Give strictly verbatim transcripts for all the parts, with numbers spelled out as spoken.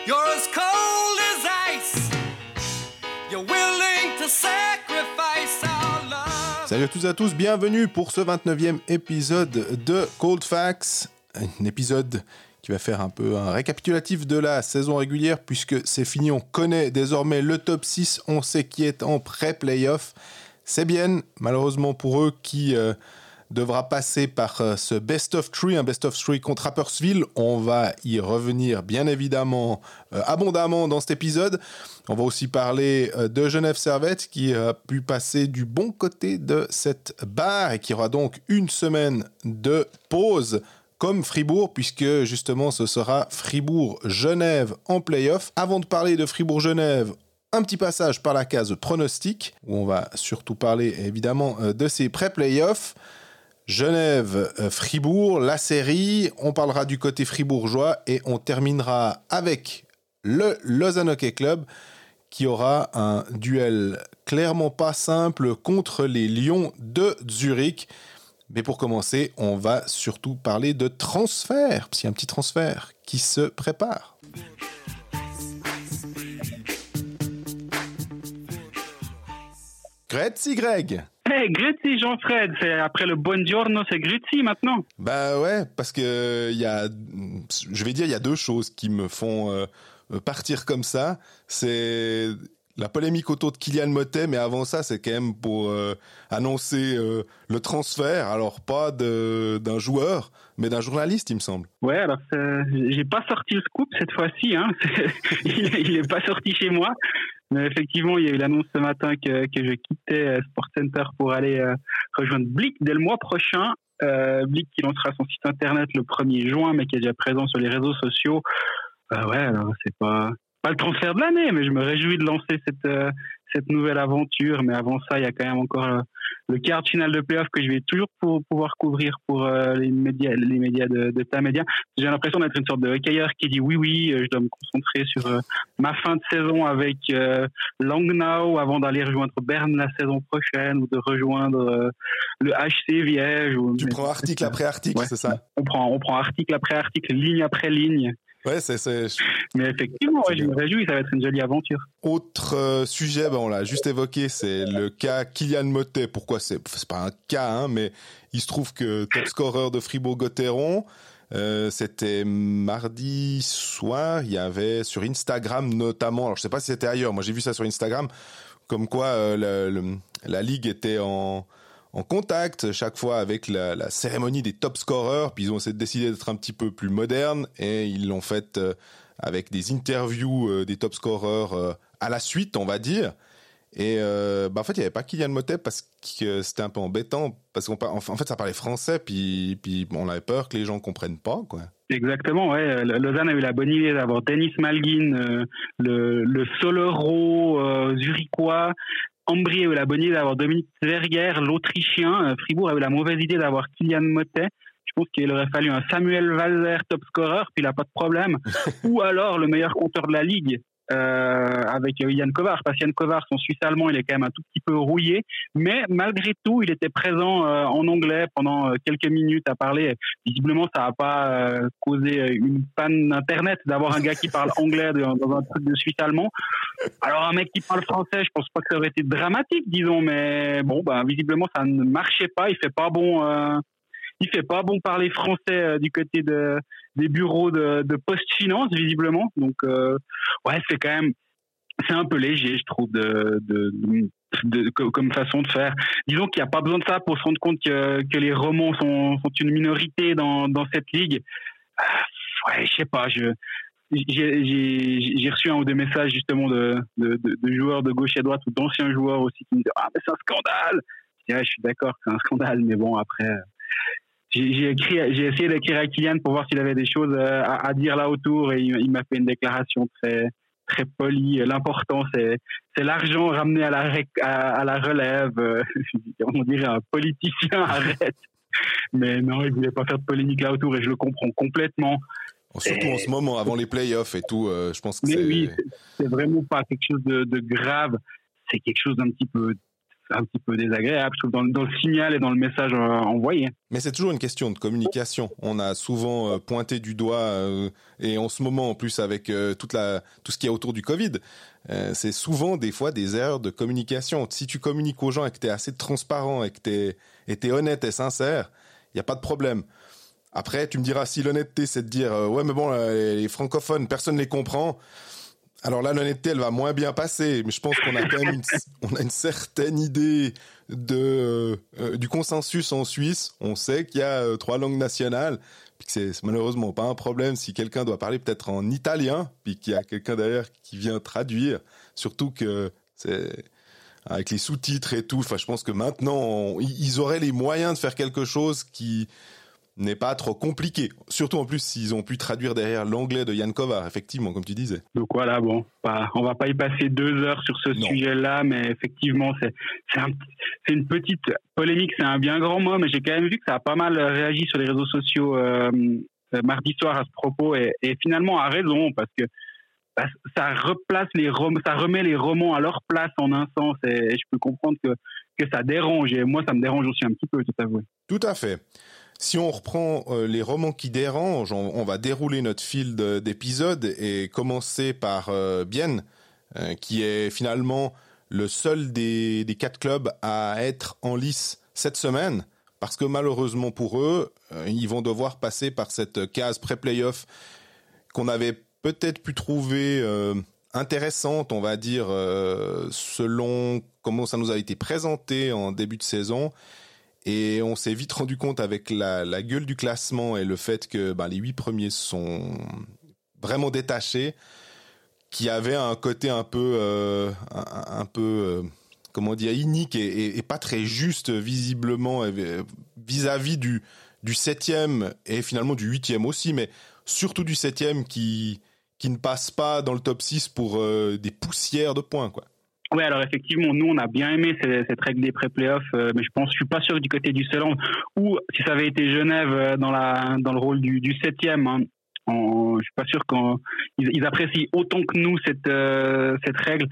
You're as cold as ice. You're willing to sacrifice our love. Salut à tous et à tous, bienvenue pour ce vingt-neuvième épisode de Cold Facts. Un épisode qui va faire un peu un récapitulatif de la saison régulière puisque c'est fini, on connaît désormais le top six, on sait qui est en pré-playoff. C'est bien, malheureusement pour eux, qui euh, devra passer par euh, ce best of three, un best of three contre Rapperswil. On va y revenir bien évidemment euh, abondamment dans cet épisode. On va aussi parler euh, de Genève Servette qui a pu passer du bon côté de cette barre et qui aura donc une semaine de pause comme Fribourg, puisque justement ce sera Fribourg-Genève en play-off. Avant de parler de Fribourg-Genève, un petit passage par la case pronostic, où on va surtout parler évidemment de ces pré-playoffs. Genève-Fribourg, la série, on parlera du côté fribourgeois et on terminera avec le Lausanne Hockey Club qui aura un duel clairement pas simple contre les Lions de Zurich. Mais pour commencer, on va surtout parler de transfert, parce qu'il y a un petit transfert qui se prépare. Grüezi Greg. Hey, Grüezi Jean-Fred, c'est après le buongiorno, c'est Grüezi maintenant. Bah ouais, parce que il y a, je vais dire, il y a deux choses qui me font euh, partir comme ça. C'est la polémique autour de Kylian Motet, mais avant ça, c'est quand même pour euh, annoncer euh, le transfert. Alors pas de, d'un joueur, mais d'un journaliste, il me semble. Ouais, alors c'est, j'ai pas sorti le scoop cette fois-ci. Hein. il, il est pas sorti chez moi. Mais effectivement, il y a eu l'annonce ce matin que, que je quittais euh, Sport Center pour aller euh, rejoindre Blick dès le mois prochain. Euh, Blick qui lancera son site internet le premier juin, mais qui est déjà présent sur les réseaux sociaux. Euh, ouais, alors c'est pas pas le transfert de l'année, mais je me réjouis de lancer cette euh, cette nouvelle aventure. Mais avant ça, il y a quand même encore euh, le quart de finale de play-off que je vais toujours pour, pouvoir couvrir pour euh, les médias, les médias de, de ta média. J'ai l'impression d'être une sorte de hockeyeur qui dit oui, oui, euh, je dois me concentrer sur euh, ma fin de saison avec euh, Langnau avant d'aller rejoindre Berne la saison prochaine ou de rejoindre euh, le H C Viège. Ou, tu prends article après article, ouais, c'est ça? On prend, on prend article après article, ligne après ligne. Ouais, c'est, c'est... Mais effectivement, ouais, je me réjouis, ça va être une jolie aventure. Autre euh, sujet, ben on l'a juste évoqué, c'est le cas Kylian Motet. Pourquoi c'est, c'est pas un cas, hein, mais il se trouve que top scorer de Fribourg-Gotteron, euh, c'était mardi soir, il y avait sur Instagram notamment, alors je sais pas si c'était ailleurs, moi j'ai vu ça sur Instagram, comme quoi euh, le, le, la ligue était en... en contact chaque fois avec la, la cérémonie des top scorers, puis ils ont essayé de décider d'être un petit peu plus modernes et ils l'ont fait euh, avec des interviews euh, des top scorers euh, à la suite, on va dire. Et euh, bah en fait, il y avait pas Kylian Motet parce que c'était un peu embêtant parce qu'en en fait ça parlait français, puis puis on avait peur que les gens comprennent pas quoi. Exactement, ouais. Lausanne a eu la bonne idée d'avoir Dennis Malgin, euh, le le Solero euh, zurichois. Ambry a eu la bonne idée d'avoir Dominique Zwerger, l'Autrichien. Fribourg a eu la mauvaise idée d'avoir Kylian Motet. Je pense qu'il aurait fallu un Samuel Walser top scorer, puis il n'a pas de problème. Ou alors le meilleur compteur de la ligue, euh, avec Jan Kovar. Parce que Jan Kovar, son suisse-allemand, il est quand même un tout petit peu rouillé. Mais malgré tout, il était présent euh, en anglais pendant euh, quelques minutes à parler. Visiblement, ça n'a pas euh, causé une panne d'Internet d'avoir un gars qui parle anglais dans, dans un truc de suisse-allemand. Alors un mec qui parle français, je pense pas que ça aurait été dramatique, disons, mais bon, bah visiblement ça ne marchait pas. Il fait pas bon, euh, il fait pas bon parler français euh, du côté de des bureaux de, de Post Finance, visiblement. Donc euh, ouais, c'est quand même, c'est un peu léger, je trouve, de, de, de, de comme façon de faire. Disons qu'il n'y a pas besoin de ça pour se rendre compte que que les Romans sont sont une minorité dans dans cette ligue. Euh, ouais, je sais pas, je J'ai, j'ai, j'ai reçu un ou deux messages justement de, de, de, de joueurs de gauche et droite ou d'anciens joueurs aussi qui me disent « Ah, mais c'est un scandale !» Je dis ah, « Je suis d'accord que c'est un scandale, mais bon, après... » J'ai, j'ai, écrit, j'ai essayé d'écrire à Kylian pour voir s'il avait des choses à, à dire là autour et il, il m'a fait une déclaration très, très polie. L'important, c'est, c'est l'argent ramené à la, à, à la relève. On dirait un politicien, arrête. Mais non, il voulait pas faire de polémique là autour et je le comprends complètement. Surtout et... en ce moment, avant les playoffs et tout, euh, je pense que mais c'est... oui, c'est, c'est vraiment pas quelque chose de, de grave. C'est quelque chose d'un petit peu... un petit peu désagréable, je trouve, dans, dans le signal et dans le message envoyé. Mais c'est toujours une question de communication. On a souvent pointé du doigt, euh, et en ce moment en plus avec euh, toute la, tout ce qu'il y a autour du Covid, euh, c'est souvent des fois des erreurs de communication. Si tu communiques aux gens et que tu es assez transparent et que tu es honnête et sincère, il n'y a pas de problème. Après, tu me diras, si l'honnêteté, c'est de dire euh, « Ouais, mais bon, les, les francophones, personne ne les comprend », alors là, l'honnêteté, elle va moins bien passer. Mais je pense qu'on a quand même une, on a une certaine idée de, euh, du consensus en Suisse. On sait qu'il y a euh, trois langues nationales, puis que c'est, c'est malheureusement pas un problème si quelqu'un doit parler peut-être en italien, puis qu'il y a quelqu'un derrière qui vient traduire. Surtout que c'est avec les sous-titres et tout. Enfin, je pense que maintenant, on, ils auraient les moyens de faire quelque chose qui n'est pas trop compliqué. Surtout en plus s'ils ont pu traduire derrière l'anglais de Jan Kovar, effectivement, comme tu disais. Donc voilà, bon, pas, on va pas y passer deux heures sur ce non. sujet-là, mais effectivement, c'est, c'est, un, c'est une petite polémique, c'est un bien grand mot, mais j'ai quand même vu que ça a pas mal réagi sur les réseaux sociaux euh, mardi soir à ce propos, et, et finalement a raison, parce que bah, ça replace les rom- ça remet les romans à leur place en un sens, et, et je peux comprendre que, que ça dérange, et moi ça me dérange aussi un petit peu, tout avoué. Tout à fait. Si on reprend euh, les romans qui dérangent, on, on va dérouler notre fil de, d'épisodes et commencer par euh, Bienne, euh, qui est finalement le seul des, des quatre clubs à être en lice cette semaine, parce que malheureusement pour eux, euh, ils vont devoir passer par cette case pré-playoff qu'on avait peut-être pu trouver euh, intéressante, on va dire, euh, selon comment ça nous a été présenté en début de saison. Et on s'est vite rendu compte avec la, la gueule du classement et le fait que ben, les huit premiers sont vraiment détachés, qu'il y avait un côté un peu, euh, un, un peu, euh, comment dire, inique et, et, et pas très juste visiblement vis-à-vis du, du septième et finalement du huitième aussi, mais surtout du septième qui, qui ne passe pas dans le top six pour euh, des poussières de points, quoi. Oui, alors effectivement, nous on a bien aimé cette, cette règle des pré-playoffs, euh, mais je pense, je suis pas sûr que du côté du Seeland, ou si ça avait été Genève dans la dans le rôle du, du septième, hein, en, je suis pas sûr qu'ils ils apprécient autant que nous cette euh, cette règle.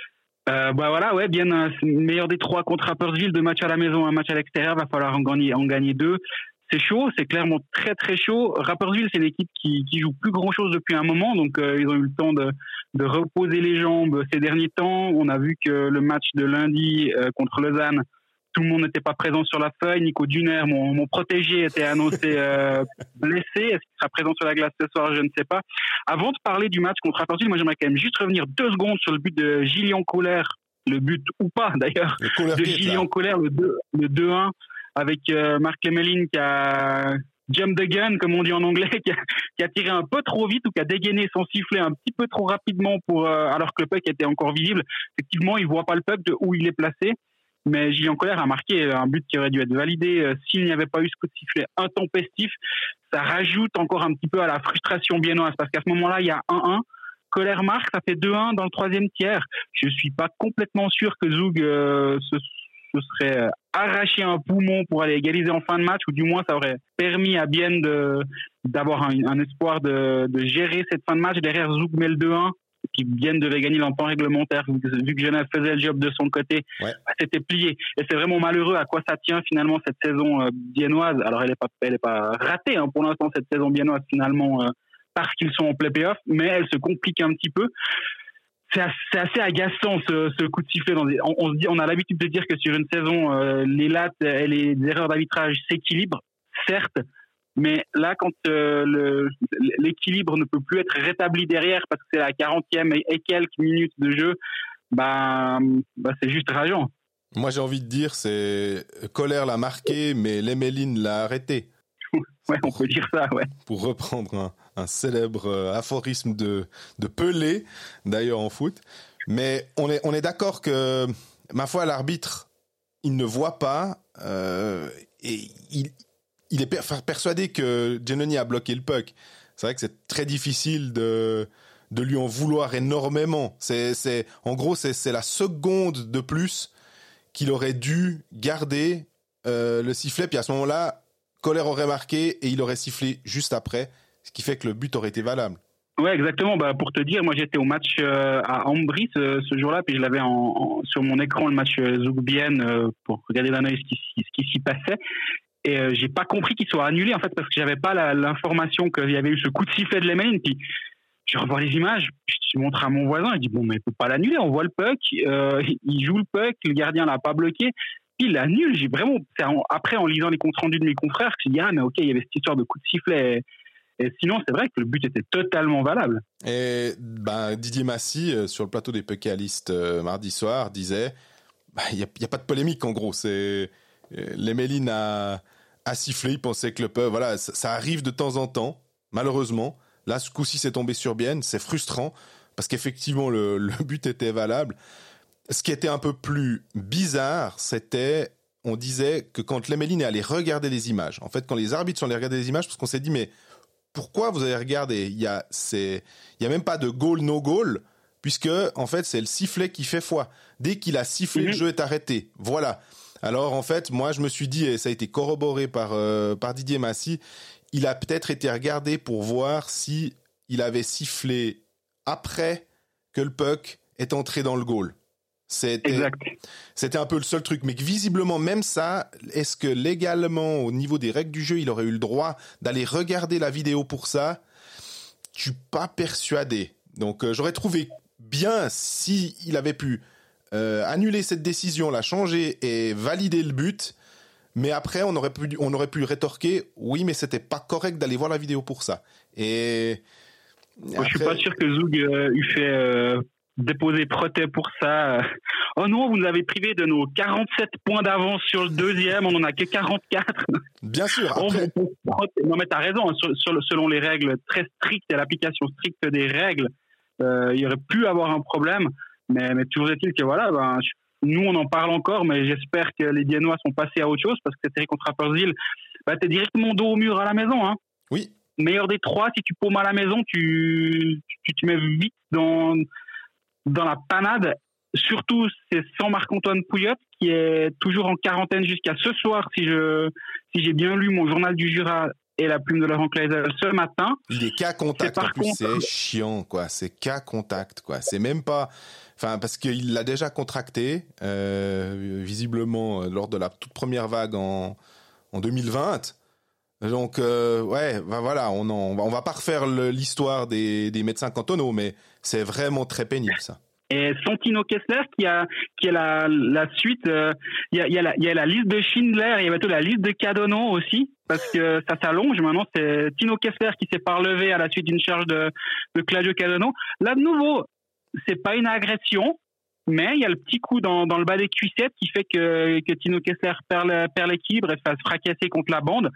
Euh, bah voilà, ouais, bien euh, meilleur des trois contre Rapperswil, deux matchs à la maison, un match à l'extérieur, va falloir en gagner en gagner deux. C'est chaud, c'est clairement très très chaud. Rapperswil, c'est une équipe qui, qui joue plus grand chose depuis un moment, donc euh, ils ont eu le temps de, de reposer les jambes ces derniers temps. On a vu que le match de lundi euh, contre Lausanne, tout le monde n'était pas présent sur la feuille. Nico Duner, mon, mon protégé, était annoncé euh, blessé. Est-ce qu'il sera présent sur la glace ce soir? Je ne sais pas. Avant de parler du match contre Rapperswil, moi j'aimerais quand même juste revenir deux secondes sur le but de Gillian Kohler, le but ou pas d'ailleurs, de Gillian Kohler, le deux, le deux un. Avec euh, Marc Lemelin qui a jump the gun, comme on dit en anglais, qui a, qui a tiré un peu trop vite ou qui a dégainé son sifflet un petit peu trop rapidement pour euh, alors que le puck était encore visible. Effectivement, il voit pas le puck de où il est placé, mais Gillian Kohler a marqué un but qui aurait dû être validé euh, s'il n'y avait pas eu ce coup de sifflet intempestif. Ça rajoute encore un petit peu à la frustration biennoise parce qu'à ce moment-là, il y a un un. Kohler marque, ça fait deux un dans le troisième tiers. Je suis pas complètement sûr que Zug euh, se se serait arraché un poumon pour aller égaliser en fin de match, ou du moins ça aurait permis à Bienne de, d'avoir un, un espoir de, de gérer cette fin de match. Derrière, Zug met le deux un, et puis Bienne devait gagner dans le temps réglementaire, vu que Genève faisait le job de son côté. Ouais. C'était plié. Et c'est vraiment malheureux à quoi ça tient finalement cette saison euh, biennoise. Alors elle n'est pas, elle est pas ratée hein, pour l'instant, cette saison biennoise finalement, euh, parce qu'ils sont en play-off, mais elle se complique un petit peu. C'est assez, c'est assez agaçant ce, ce coup de sifflet. Dans des, on, on se dit, on a l'habitude de dire que sur une saison, euh, les lattes et les erreurs d'arbitrage s'équilibrent, certes, mais là, quand euh, le, l'équilibre ne peut plus être rétabli derrière parce que c'est la quarantième et, et quelques minutes de jeu, bah, bah c'est juste rageant. Moi, j'ai envie de dire, c'est Kohler l'a marqué, mais Lemelin l'a arrêté. Ouais, on peut dire ça, ouais. Pour reprendre un, un célèbre aphorisme de, de Pelé, d'ailleurs en foot. Mais on est, on est d'accord que, ma foi, l'arbitre, il ne voit pas, euh, et il, il est per- persuadé que Giannoni a bloqué le puck. C'est vrai que c'est très difficile de, de lui en vouloir énormément. C'est, c'est, en gros, c'est, c'est la seconde de plus qu'il aurait dû garder euh, le sifflet, puis à ce moment-là, Kohler aurait marqué et il aurait sifflé juste après, ce qui fait que le but aurait été valable. Ouais, exactement. Bah, pour te dire, moi j'étais au match euh, à Ambry ce, ce jour-là, puis je l'avais en, en, sur mon écran le match euh, Zouk-Bienne euh, pour regarder d'un œil ce qui, ce qui s'y passait. Et euh, j'ai pas compris qu'il soit annulé en fait parce que j'avais pas la, l'information qu'il y avait eu ce coup de sifflet de Lemelin. Puis je revois les images, je montre à mon voisin, il dit bon mais il peut pas l'annuler, on voit le puck, euh, il joue le puck, le gardien l'a pas bloqué, puis il l'annule. J'ai vraiment, c'est en, après en lisant les comptes rendus de mes confrères, que je dis ah mais ok il y avait cette histoire de coup de sifflet. Et, et sinon c'est vrai que le but était totalement valable. Et bah, Didier Massy euh, sur le plateau des Puckalistes euh, mardi soir disait bah, il y a, y a pas de polémique en gros, c'est euh, Lemelin a a sifflé, il pensait que le puck, voilà, ça, ça arrive de temps en temps, malheureusement. Là, ce coup-ci, c'est tombé sur Bienne. C'est frustrant parce qu'effectivement, le, le but était valable. Ce qui était un peu plus bizarre, c'était, on disait que quand Lemelin est allé regarder les images, en fait, quand les arbitres sont allés regarder les images, parce qu'on s'est dit, mais pourquoi vous avez regardé ? Il y a, c'est, il y a même pas de goal, no goal, puisque, en fait, c'est le sifflet qui fait foi. Dès qu'il a sifflé, mmh. le jeu est arrêté. Voilà. Alors, en fait, moi, je me suis dit, et ça a été corroboré par, euh, par Didier Massy, il a peut-être été regardé pour voir si il avait sifflé après que le puck est entré dans le goal. C'était, exact. C'était un peu le seul truc. Mais que visiblement, même ça, est-ce que légalement, au niveau des règles du jeu, il aurait eu le droit d'aller regarder la vidéo pour ça ? Je suis pas persuadé. Donc, euh, j'aurais trouvé bien si il avait pu euh, annuler cette décision, la changer et valider le but. Mais après, on aurait pu, on aurait pu rétorquer, oui, mais c'était pas correct d'aller voir la vidéo pour ça. Et après... je suis pas sûr que Zoug euh, eût fait euh, déposer protêt pour ça. Oh non, vous nous avez privé de nos quarante-sept points d'avance sur le deuxième, on en a que quarante-quatre. Bien sûr. Après... Oh, non, mais t'as raison. Hein, sur, sur, selon les règles très strictes et l'application stricte des règles, euh, il y aurait pu avoir un problème. Mais, mais toujours est-il que voilà, ben. Je... Nous, on en parle encore, mais j'espère que les Biennois sont passés à autre chose parce que cette série contre Rapperswil, bah, t'es directement dos au mur à la maison. Hein. Oui. Meilleur des trois, si tu paumes à la maison, tu, tu te mets vite dans, dans la panade. Surtout, c'est sans Marc-Antoine Pouliot qui est toujours en quarantaine jusqu'à ce soir, si, je, si j'ai bien lu mon journal du Jura et la plume de Laurent Kleisel ce matin. Il est cas contact, en plus, contre... c'est chiant, quoi. C'est cas contact, quoi. C'est même pas... Enfin, parce qu'il l'a déjà contracté, euh, visiblement, lors de la toute première vague en, en deux mille vingt. Donc, euh, ouais, ben voilà, on, en, on va pas refaire le, l'histoire des, des médecins cantonaux, mais c'est vraiment très pénible, ça. Et Santino Kessler, qui a, qui a la, la suite, il euh, y, a, y, a la, y a la liste de Schindler, il y a bientôt la liste de Cadonneau aussi, parce que ça s'allonge. Maintenant, c'est Tino Kessler qui s'est pas relevé à la suite d'une charge de, de Claudio Cadonneau. Là, de nouveau, c'est pas une agression, mais il y a le petit coup dans, dans le bas des cuissettes qui fait que, que Tino Kessler perd, le, perd l'équilibre et se fasse fracasser contre la bande.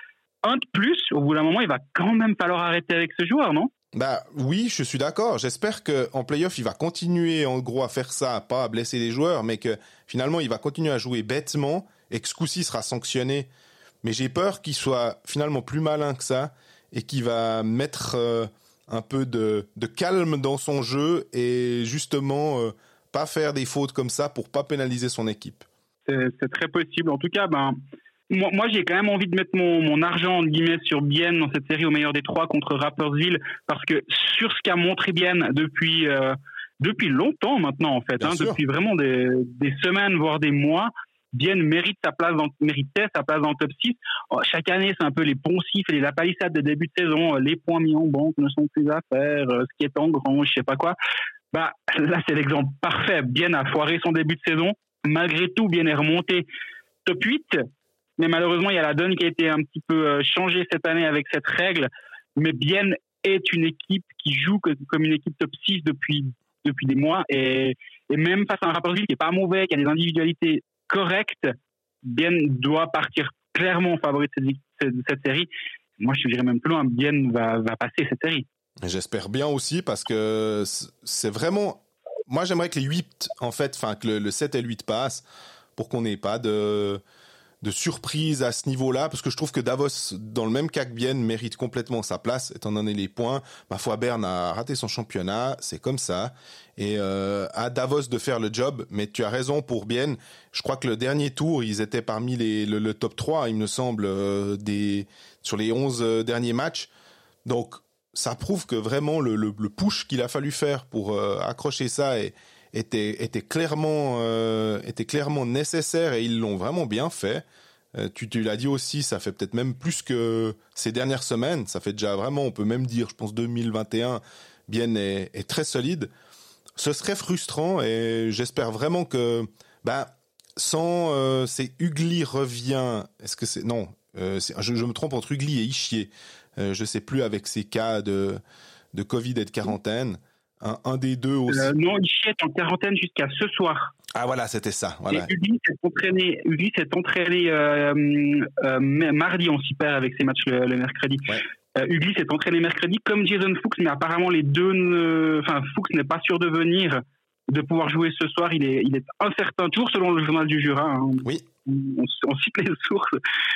Un de plus, au bout d'un moment, il va quand même falloir arrêter avec ce joueur, non ? Bah oui, je suis d'accord. J'espère qu'en play-off, il va continuer en gros à faire ça, pas à blesser les joueurs, mais que finalement, il va continuer à jouer bêtement et que ce coup-ci sera sanctionné. Mais j'ai peur qu'il soit finalement plus malin que ça et qu'il va mettre euh, un peu de, de calme dans son jeu et justement euh, pas faire des fautes comme ça pour pas pénaliser son équipe. C'est, c'est très possible. En tout cas, ben... Moi, moi, j'ai quand même envie de mettre mon, mon argent, en guillemets, sur Bienne dans cette série au meilleur des trois contre Rapperswil, parce que sur ce qu'a montré Bienne depuis, euh, depuis longtemps maintenant, en fait, hein, depuis vraiment des, des semaines, voire des mois, Bienne mérite sa place dans, méritait sa place dans le top six. Oh, chaque année, c'est un peu les poncifs et les lapalissades de début de saison, les points mis en banque ne sont plus à faire, ce qui est en grand, je sais pas quoi. Bah, là, c'est l'exemple parfait. Bienne a foiré son début de saison. Malgré tout, Bienne est remonté top huit. Mais malheureusement, il y a la donne qui a été un petit peu changée cette année avec cette règle. Mais Bienne est une équipe qui joue comme une équipe top six depuis, depuis des mois. Et, et même face à un Rapperswil qui n'est pas mauvais, qui a des individualités correctes, Bienne doit partir clairement en favori de cette, de cette série. Moi, je dirais même plus loin, Bienne va, va passer cette série. J'espère bien aussi parce que c'est vraiment... Moi, j'aimerais que les huit, en fait, enfin, que le, le sept et le huit passent pour qu'on n'ait pas de... de surprise à ce niveau-là, parce que je trouve que Davos, dans le même cas que Bienne, mérite complètement sa place, étant donné les points. Ma foi, Berne a raté son championnat, c'est comme ça. Et euh, à Davos de faire le job, mais tu as raison pour Bienne. Je crois que le dernier tour, ils étaient parmi les, le, le top trois, il me semble, euh, des, sur les onze euh, derniers matchs. Donc, ça prouve que vraiment le, le, le push qu'il a fallu faire pour euh, accrocher ça est, était, était, clairement, euh, était clairement nécessaire et ils l'ont vraiment bien fait. Euh, tu, tu l'as dit aussi, ça fait peut-être même plus que ces dernières semaines. Ça fait déjà vraiment, on peut même dire, je pense deux mille vingt et un, Bienne est, est très solide. Ce serait frustrant et j'espère vraiment que, ben, sans, euh, c'est Ugly revient. Est-ce que c'est non, euh, c'est, je, je me trompe entre Ugly et Ischier. Euh, je sais plus avec ces cas de de Covid et de quarantaine. Un, un des deux aussi. Euh, non, Ischier est en quarantaine jusqu'à ce soir. Ah voilà, c'était ça. Voilà. Et Ugly s'est entraîné, Ugly s'est entraîné euh, euh, mardi, on s'y perd avec ses matchs le, le mercredi. Ouais. Euh, Ugly s'est entraîné mercredi comme Jason Fuchs, mais apparemment les deux, ne... enfin Fuchs n'est pas sûr de venir, de pouvoir jouer ce soir. Il est, il est incertain, toujours selon le journal du Jura. Hein. Oui. On, on cite les sources.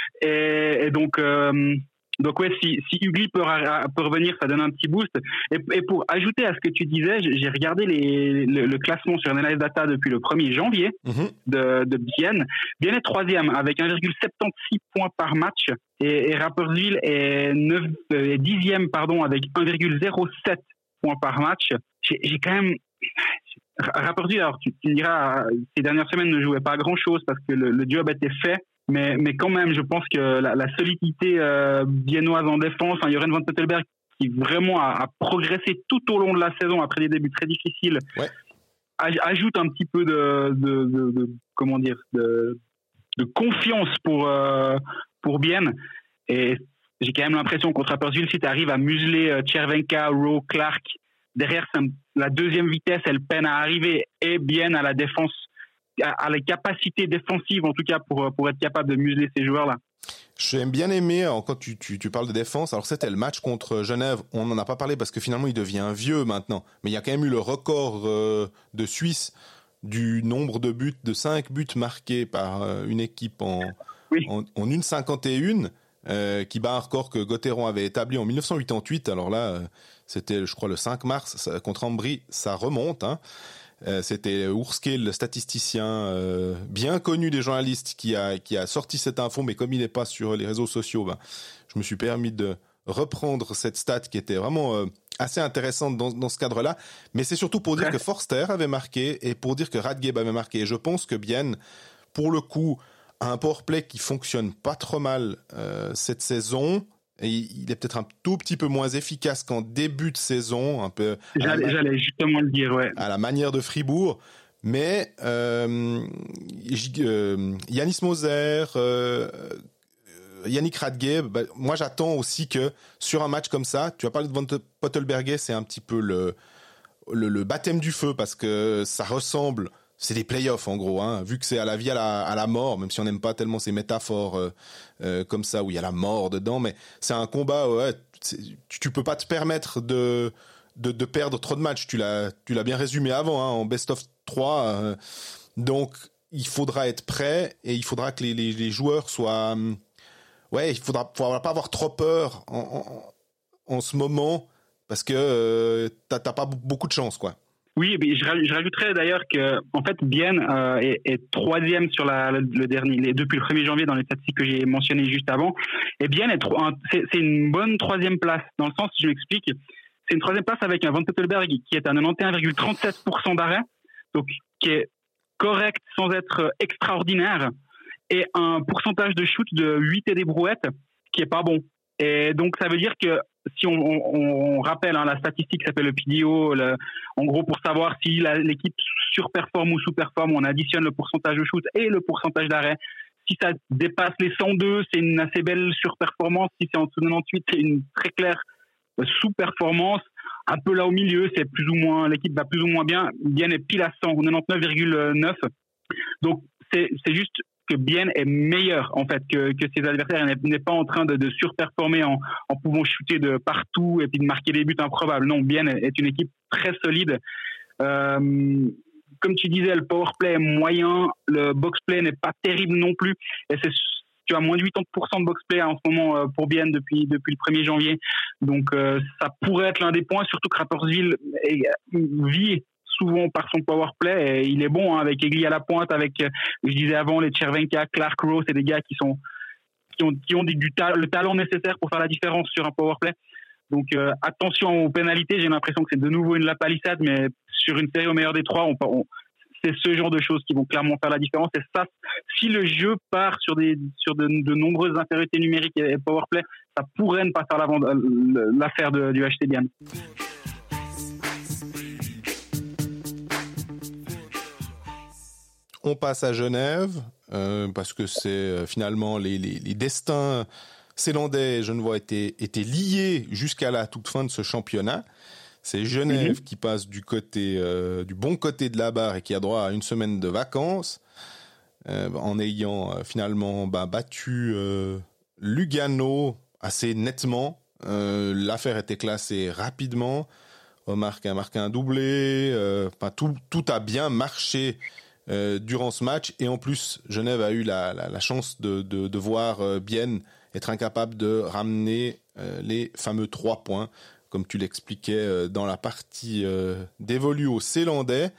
Et, et donc, euh, donc ouais, si, si Ugly peut, peut revenir, ça donne un petit boost. Et, et pour ajouter à ce que tu disais, j'ai regardé les, le, le classement sur Analyse Data depuis le premier janvier mm-hmm. de, de Bienne. Bienne est troisième avec un virgule soixante-seize points par match. Et, et Rapperswil est, neuf, euh, est dixième pardon, avec un virgule zéro sept points par match. J'ai, j'ai quand même... Rapperswil, alors tu, tu me diras, ces dernières semaines ne jouaient pas à grand-chose parce que le, le job était fait. Mais, mais quand même, je pense que la, la solidité euh, biennoise en défense, hein, Joren van Pottelberg, qui vraiment a, a progressé tout au long de la saison après des débuts très difficiles, ouais. ajoute un petit peu de, de, de, de comment dire, de, de confiance pour, euh, pour Bienne. Et j'ai quand même l'impression contre Rapperswil, si tu arrives à museler euh, Chervenka, Rowe, Clark, derrière la deuxième vitesse, elle peine à arriver, et Bienne à la défense, à la capacité défensive en tout cas pour pour être capable de museler ces joueurs là. J'ai bien aimé alors, quand tu, tu tu parles de défense. Alors c'était le match contre Genève. On n'en a pas parlé parce que finalement il devient vieux maintenant. Mais il y a quand même eu le record euh, de Suisse du nombre de buts, de cinq buts marqués par euh, une équipe en oui. en, en une cinquante et une. Euh, qui bat un record que Gauthieron avait établi en dix-neuf cent quatre-vingt-huit. Alors là, euh, c'était, je crois, le cinq mars ça, contre Ambry. Ça remonte, hein. Euh, c'était Ourske, le statisticien euh, bien connu des journalistes, qui a qui a sorti cette info, mais comme il n'est pas sur les réseaux sociaux, ben, je me suis permis de reprendre cette stat qui était vraiment euh, assez intéressante dans, dans ce cadre-là. Mais c'est surtout pour dire ouais. que Forster avait marqué et pour dire que Radgeb avait marqué. Et je pense que Bienne, pour le coup, a un powerplay qui fonctionne pas trop mal euh, cette saison. Et il est peut-être un tout petit peu moins efficace qu'en début de saison, un peu. J'allais, ma... j'allais justement le dire, ouais. À la manière de Fribourg, mais euh, euh, Yanis Moser, euh, Yannick Radgeb, bah, moi j'attends aussi que sur un match comme ça, tu as parlé de Van Pottelberger, c'est un petit peu le, le le baptême du feu parce que ça ressemble. C'est des playoffs en gros, hein, vu que c'est à la vie à la, à la mort, même si on n'aime pas tellement ces métaphores euh, euh, comme ça où il y a la mort dedans, mais c'est un combat, ouais, tu, tu peux pas te permettre de, de de perdre trop de matchs. Tu l'as tu l'as bien résumé avant, hein, en best of trois. Euh, donc il faudra être prêt et il faudra que les les, les joueurs soient, ouais, il faudra, faudra pas avoir trop peur en en, en ce moment parce que euh, t'as t'as pas beaucoup de chance, quoi. Oui, mais je, je rajouterais d'ailleurs que en fait Bienne euh, est, est troisième sur la, le, le dernier les, depuis le premier janvier dans les statistiques que j'ai mentionnées juste avant. Et Bienne est tro- un, c'est, c'est une bonne troisième place dans le sens, si je m'explique, c'est une troisième place avec un Van Pottelberg qui est à quatre-vingt-onze virgule trente-sept pour cent d'arrêt, donc qui est correct sans être extraordinaire, et un pourcentage de shoot de huit et des brouettes qui est pas bon. Et donc ça veut dire que si on, on, on rappelle hein, la statistique s'appelle le P D O, le, en gros pour savoir si la, l'équipe surperforme ou sous-performe, on additionne le pourcentage de shoot et le pourcentage d'arrêt. Si ça dépasse les cent deux, c'est une assez belle surperformance. Si c'est en dessous de quatre-vingt-dix-huit, c'est une très claire sous-performance. Un peu là au milieu, c'est plus ou moins, l'équipe va plus ou moins bien. Bienne est pile à cent, quatre-vingt-dix-neuf virgule neuf. Donc c'est, c'est juste que Bienne est meilleur en fait que, que ses adversaires, elle n'est, n'est pas en train de, de surperformer en, en pouvant shooter de partout et puis de marquer des buts improbables. Non, Bienne est une équipe très solide. Euh, comme tu disais, le powerplay est moyen, le boxplay n'est pas terrible non plus. Et c'est, tu as moins de quatre-vingts pour cent de boxplay en ce moment pour Bienne depuis depuis le premier janvier. Donc euh, ça pourrait être l'un des points, surtout que Rapperswil vit souvent par son powerplay, et il est bon hein, avec Egli à la pointe, avec, je disais avant, les Chervenka, Clark, Rowe, c'est des gars qui sont qui ont qui ont du, du ta- le talent nécessaire pour faire la différence sur un powerplay. Donc euh, attention aux pénalités, j'ai l'impression que c'est de nouveau une la palissade, mais sur une série au meilleur des trois, on, on, c'est ce genre de choses qui vont clairement faire la différence. Et ça, si le jeu part sur, des, sur de, de nombreuses infériorités numériques et, et powerplay, ça pourrait ne pas faire la, l'affaire de, du H T Bienne. On passe à Genève, euh, parce que c'est euh, finalement les, les, les destins zélandais et genevois étaient, étaient liés jusqu'à la toute fin de ce championnat. C'est Genève mmh. qui passe du côté euh, du bon côté de la barre et qui a droit à une semaine de vacances, euh, en ayant euh, finalement bah, battu euh, Lugano assez nettement. Euh, l'affaire était classée rapidement. Omar a marqué un doublé. Euh, tout, tout a bien marché Euh, durant ce match, et en plus Genève a eu la, la, la chance de, de, de voir euh, Bienne être incapable de ramener euh, les fameux trois points, comme tu l'expliquais euh, dans la partie euh, dévolue aux Zélandais.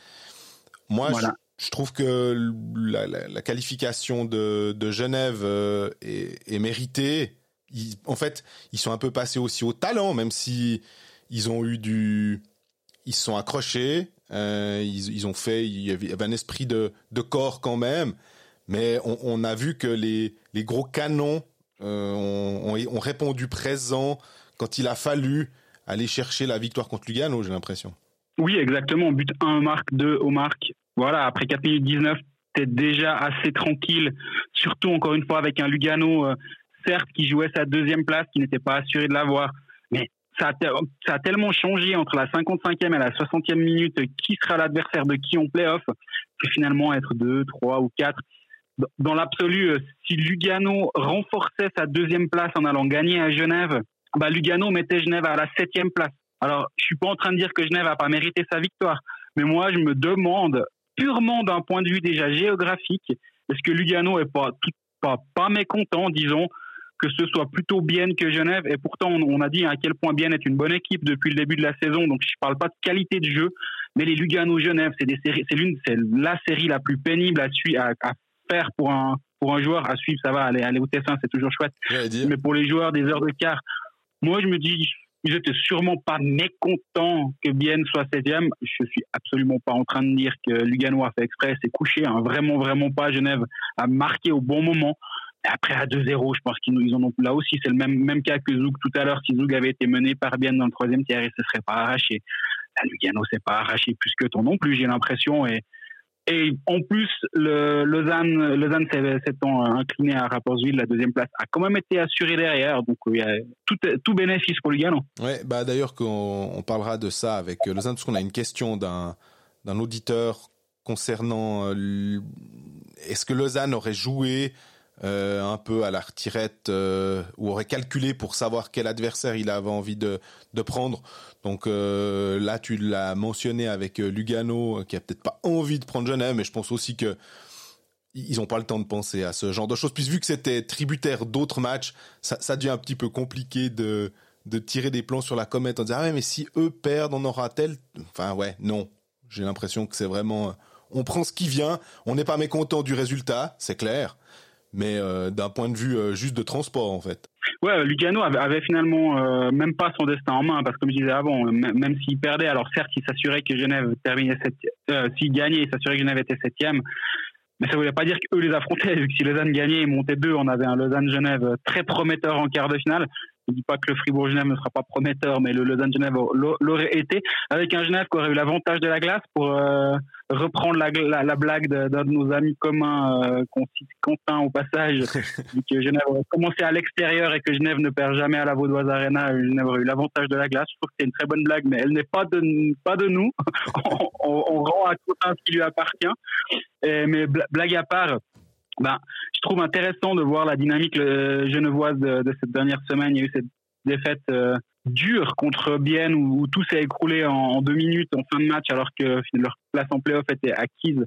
Moi, voilà. je, je trouve que la, la, la qualification de, de Genève euh, est, est méritée. Ils, en fait, ils sont un peu passés aussi au talent, même si ils ont eu du... Ils se sont accrochés. Euh, ils, ils ont fait, il y avait un esprit de, de corps quand même, mais on, on a vu que les, les gros canons euh, ont, ont, ont répondu présent quand il a fallu aller chercher la victoire contre Lugano, j'ai l'impression. Oui, exactement. But un, marque deux au marque. Voilà, après quatre minutes dix-neuf, t'es déjà assez tranquille, surtout encore une fois avec un Lugano, euh, certes, qui jouait sa deuxième place, qui n'était pas assuré de l'avoir, mais Ça a, ça a tellement changé entre la cinquante-cinquième et la soixantième minute qui sera l'adversaire de qui en play-off que finalement être deux, trois ou quatre. Dans l'absolu, si Lugano renforçait sa deuxième place en allant gagner à Genève, bah Lugano mettait Genève à la septième place. Alors, je suis pas en train de dire que Genève a pas mérité sa victoire, mais moi, je me demande purement d'un point de vue déjà géographique, est-ce que Lugano est pas, pas, pas mécontent, disons, que ce soit plutôt Bienne que Genève, et pourtant on, on a dit à quel point Bienne est une bonne équipe depuis le début de la saison, donc je parle pas de qualité de jeu, mais les Lugano-Genève, c'est des séries, c'est l'une, c'est la série la plus pénible à, suivre, à, à faire pour un pour un joueur à suivre. Ça va, aller aller au Tessin, c'est toujours chouette, mais pour les joueurs des heures de quart, moi je me dis, ils étaient sûrement pas mécontents que Bienne soit septième. Je suis absolument pas en train de dire que Lugano a fait exprès, c'est couché, hein, vraiment vraiment pas. Genève a marqué au bon moment. Après, à deux zéro, je pense qu'ils ils en ont là aussi. C'est le même, même cas que Zoug tout à l'heure. Si Zoug avait été mené par Bienne dans le troisième tiers, il ne se serait pas arraché. La Lugano s'est pas arraché plus que ton non plus, j'ai l'impression. Et, et en plus, le, Lausanne, Lausanne s'étant incliné à Rapperswil, la deuxième place a quand même été assurée derrière. Donc, il y a tout, tout bénéfice pour Lugano. Ouais, bah d'ailleurs, qu'on, on parlera de ça avec Lausanne, parce qu'on a une question d'un, d'un auditeur concernant euh, est-ce que Lausanne aurait joué Euh, un peu à la retirette euh, ou aurait calculé pour savoir quel adversaire il avait envie de, de prendre. Donc euh, là, tu l'as mentionné avec Lugano, qui a peut-être pas envie de prendre Genève, mais je pense aussi que ils ont pas le temps de penser à ce genre de choses. Puis vu que c'était tributaire d'autres matchs, ça, ça devient un petit peu compliqué de, de tirer des plans sur la comète en disant ah ouais, mais si eux perdent, on aura tel. Enfin ouais, non. J'ai l'impression que c'est vraiment, on prend ce qui vient, on n'est pas mécontent du résultat, c'est clair. Mais euh, d'un point de vue euh, juste de transport en fait. Ouais, Lugano avait, avait finalement euh, même pas son destin en main, parce que comme je disais avant, m- même s'il perdait, alors certes il s'assurait que Genève terminait septième, euh, s'il gagnait, il s'assurait que Genève était septième, mais ça voulait pas dire qu'eux les affrontaient, vu que si Lausanne gagnait et montait deux, on avait un Lausanne-Genève très prometteur en quart de finale. Je dis pas que le Fribourg-Genève ne sera pas prometteur, mais le Lausanne-Genève l'aurait été, avec un Genève qui aurait eu l'avantage de la glace pour euh, reprendre la, la, la blague de, d'un de nos amis communs, euh, qu'on cite Quentin au passage, que Genève aurait commencé à l'extérieur et que Genève ne perd jamais à la Vaudoise Arena. Genève aurait eu l'avantage de la glace. Je trouve que c'est une très bonne blague, mais elle n'est pas de, pas de nous. on, on, on rend à Quentin ce qui lui appartient. Et, mais blague à part, ben, je trouve intéressant de voir la dynamique euh, genevoise de, de cette dernière semaine. Il y a eu cette défaite euh, dure contre Bienne où, où tout s'est écroulé en, en deux minutes en fin de match alors que leur place en play-off était acquise.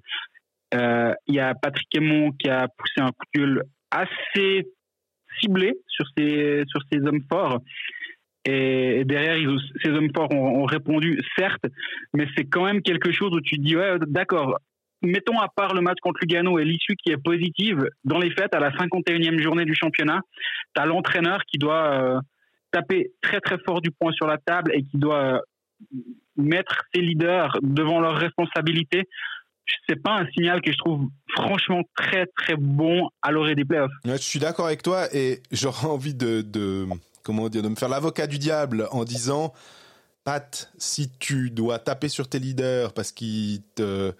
Euh, il y a Patrick Aymon qui a poussé un coup de gueule assez ciblé sur ses, sur ses hommes forts. Et, et derrière, ils, ces hommes forts ont, ont répondu, certes, mais c'est quand même quelque chose où tu te dis, ouais, d'accord, mettons à part le match contre Lugano et l'issue qui est positive, dans les faits, à la cinquante et unième journée du championnat, tu as l'entraîneur qui doit, euh, taper très très fort du poing sur la table et qui doit euh, mettre ses leaders devant leurs responsabilités, c'est pas un signal que je trouve franchement très très bon à l'orée des playoffs. Ouais, je suis d'accord avec toi et j'aurais envie de, de comment dire de me faire l'avocat du diable en disant Pat, si tu dois taper sur tes leaders parce qu'ils te euh,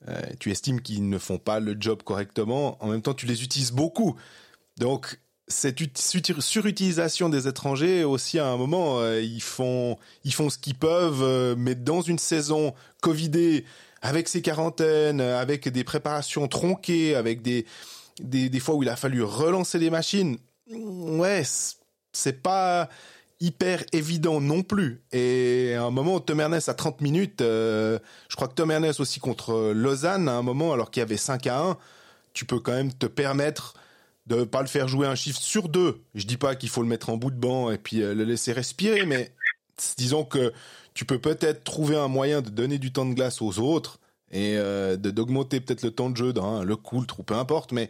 tu estimes qu'ils ne font pas le job correctement, en même temps tu les utilises beaucoup. Donc cette ut- surutilisation des étrangers aussi à un moment euh, ils font ils font ce qu'ils peuvent euh, mais dans une saison covidée avec ses quarantaines, avec des préparations tronquées, avec des des des fois où il a fallu relancer les machines, ouais, c'est pas hyper évident non plus. Et à un moment, Tom Ernest à trente minutes, euh, je crois que Tom Ernest aussi contre Lausanne, à un moment, alors qu'il y avait cinq à un, tu peux quand même te permettre de pas le faire jouer un chiffre sur deux. Je dis pas qu'il faut le mettre en bout de banc et puis euh, le laisser respirer, mais disons que tu peux peut-être trouver un moyen de donner du temps de glace aux autres et euh, de d'augmenter peut-être le temps de jeu d'un, le coultre ou peu importe, mais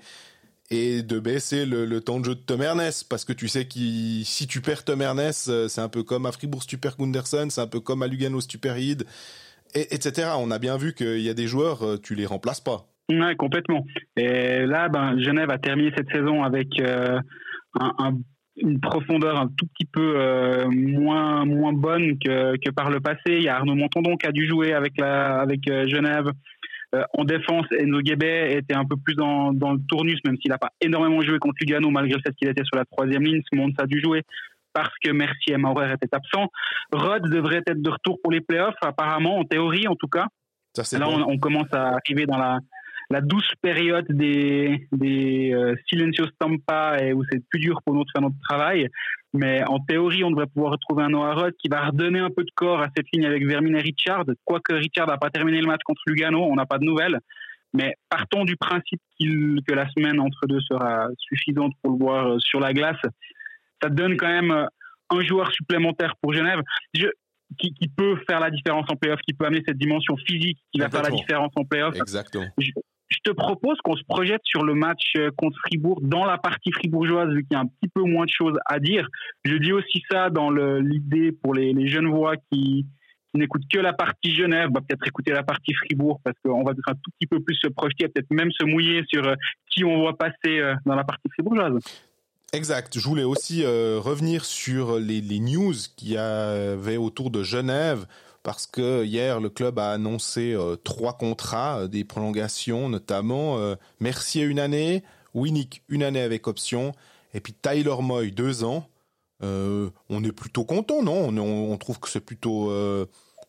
et de baisser le, le temps de jeu de Tom Ernest, parce que tu sais que si tu perds Tom Ernest, c'est un peu comme à Fribourg si tu perds Gunderson, c'est un peu comme à Lugano si tu perds Reed, et, etc. On a bien vu qu'il y a des joueurs, tu les remplaces pas. Ouais, complètement. Et là, ben, Genève a terminé cette saison avec euh, un, un, une profondeur un tout petit peu euh, moins moins bonne que, que par le passé. Il y a Arnaud Montandon qui a dû jouer avec la avec euh, Genève. Euh, en défense, Enzo Guébet était un peu plus dans, dans le tournus, même s'il n'a pas énormément joué contre Lugano, malgré le fait qu'il était sur la troisième ligne. Simons a dû jouer parce que Mercier et Maurer étaient absents. Rhodes devrait être de retour pour les playoffs, apparemment, en théorie en tout cas. Ça, c'est Là, bon. on, on commence à arriver dans la, la douce période des, des euh, Silencios Tampa, et où c'est plus dur pour nous de faire notre travail. Mais en théorie, on devrait pouvoir retrouver un Noah Rhodes qui va redonner un peu de corps à cette ligne avec Vermin et Richard. Quoique Richard n'a pas terminé le match contre Lugano, on n'a pas de nouvelles. Mais partons du principe qu'il, que la semaine entre deux sera suffisante pour le voir sur la glace. Ça donne quand même un joueur supplémentaire pour Genève je, qui, qui peut faire la différence en play-off, qui peut amener cette dimension physique qui va faire la différence en play-off. Exactement. Je, Je te propose qu'on se projette sur le match contre Fribourg dans la partie fribourgeoise, vu qu'il y a un petit peu moins de choses à dire. Je dis aussi ça dans le, l'idée pour les, les jeunes voix qui, qui n'écoutent que la partie Genève, bah, peut-être écouter la partie Fribourg, parce qu'on va peut-être un tout petit peu plus se projeter, peut-être même se mouiller sur euh, qui on voit passer euh, dans la partie fribourgeoise. Exact. Je voulais aussi euh, revenir sur les, les news qu'il y avait autour de Genève. Parce que hier, le club a annoncé euh, trois contrats, euh, des prolongations, notamment euh, Mercier une année, Winnick une année avec option, et puis Tyler Moy deux ans. Euh, on est plutôt content, non on, on trouve que c'est plutôt euh,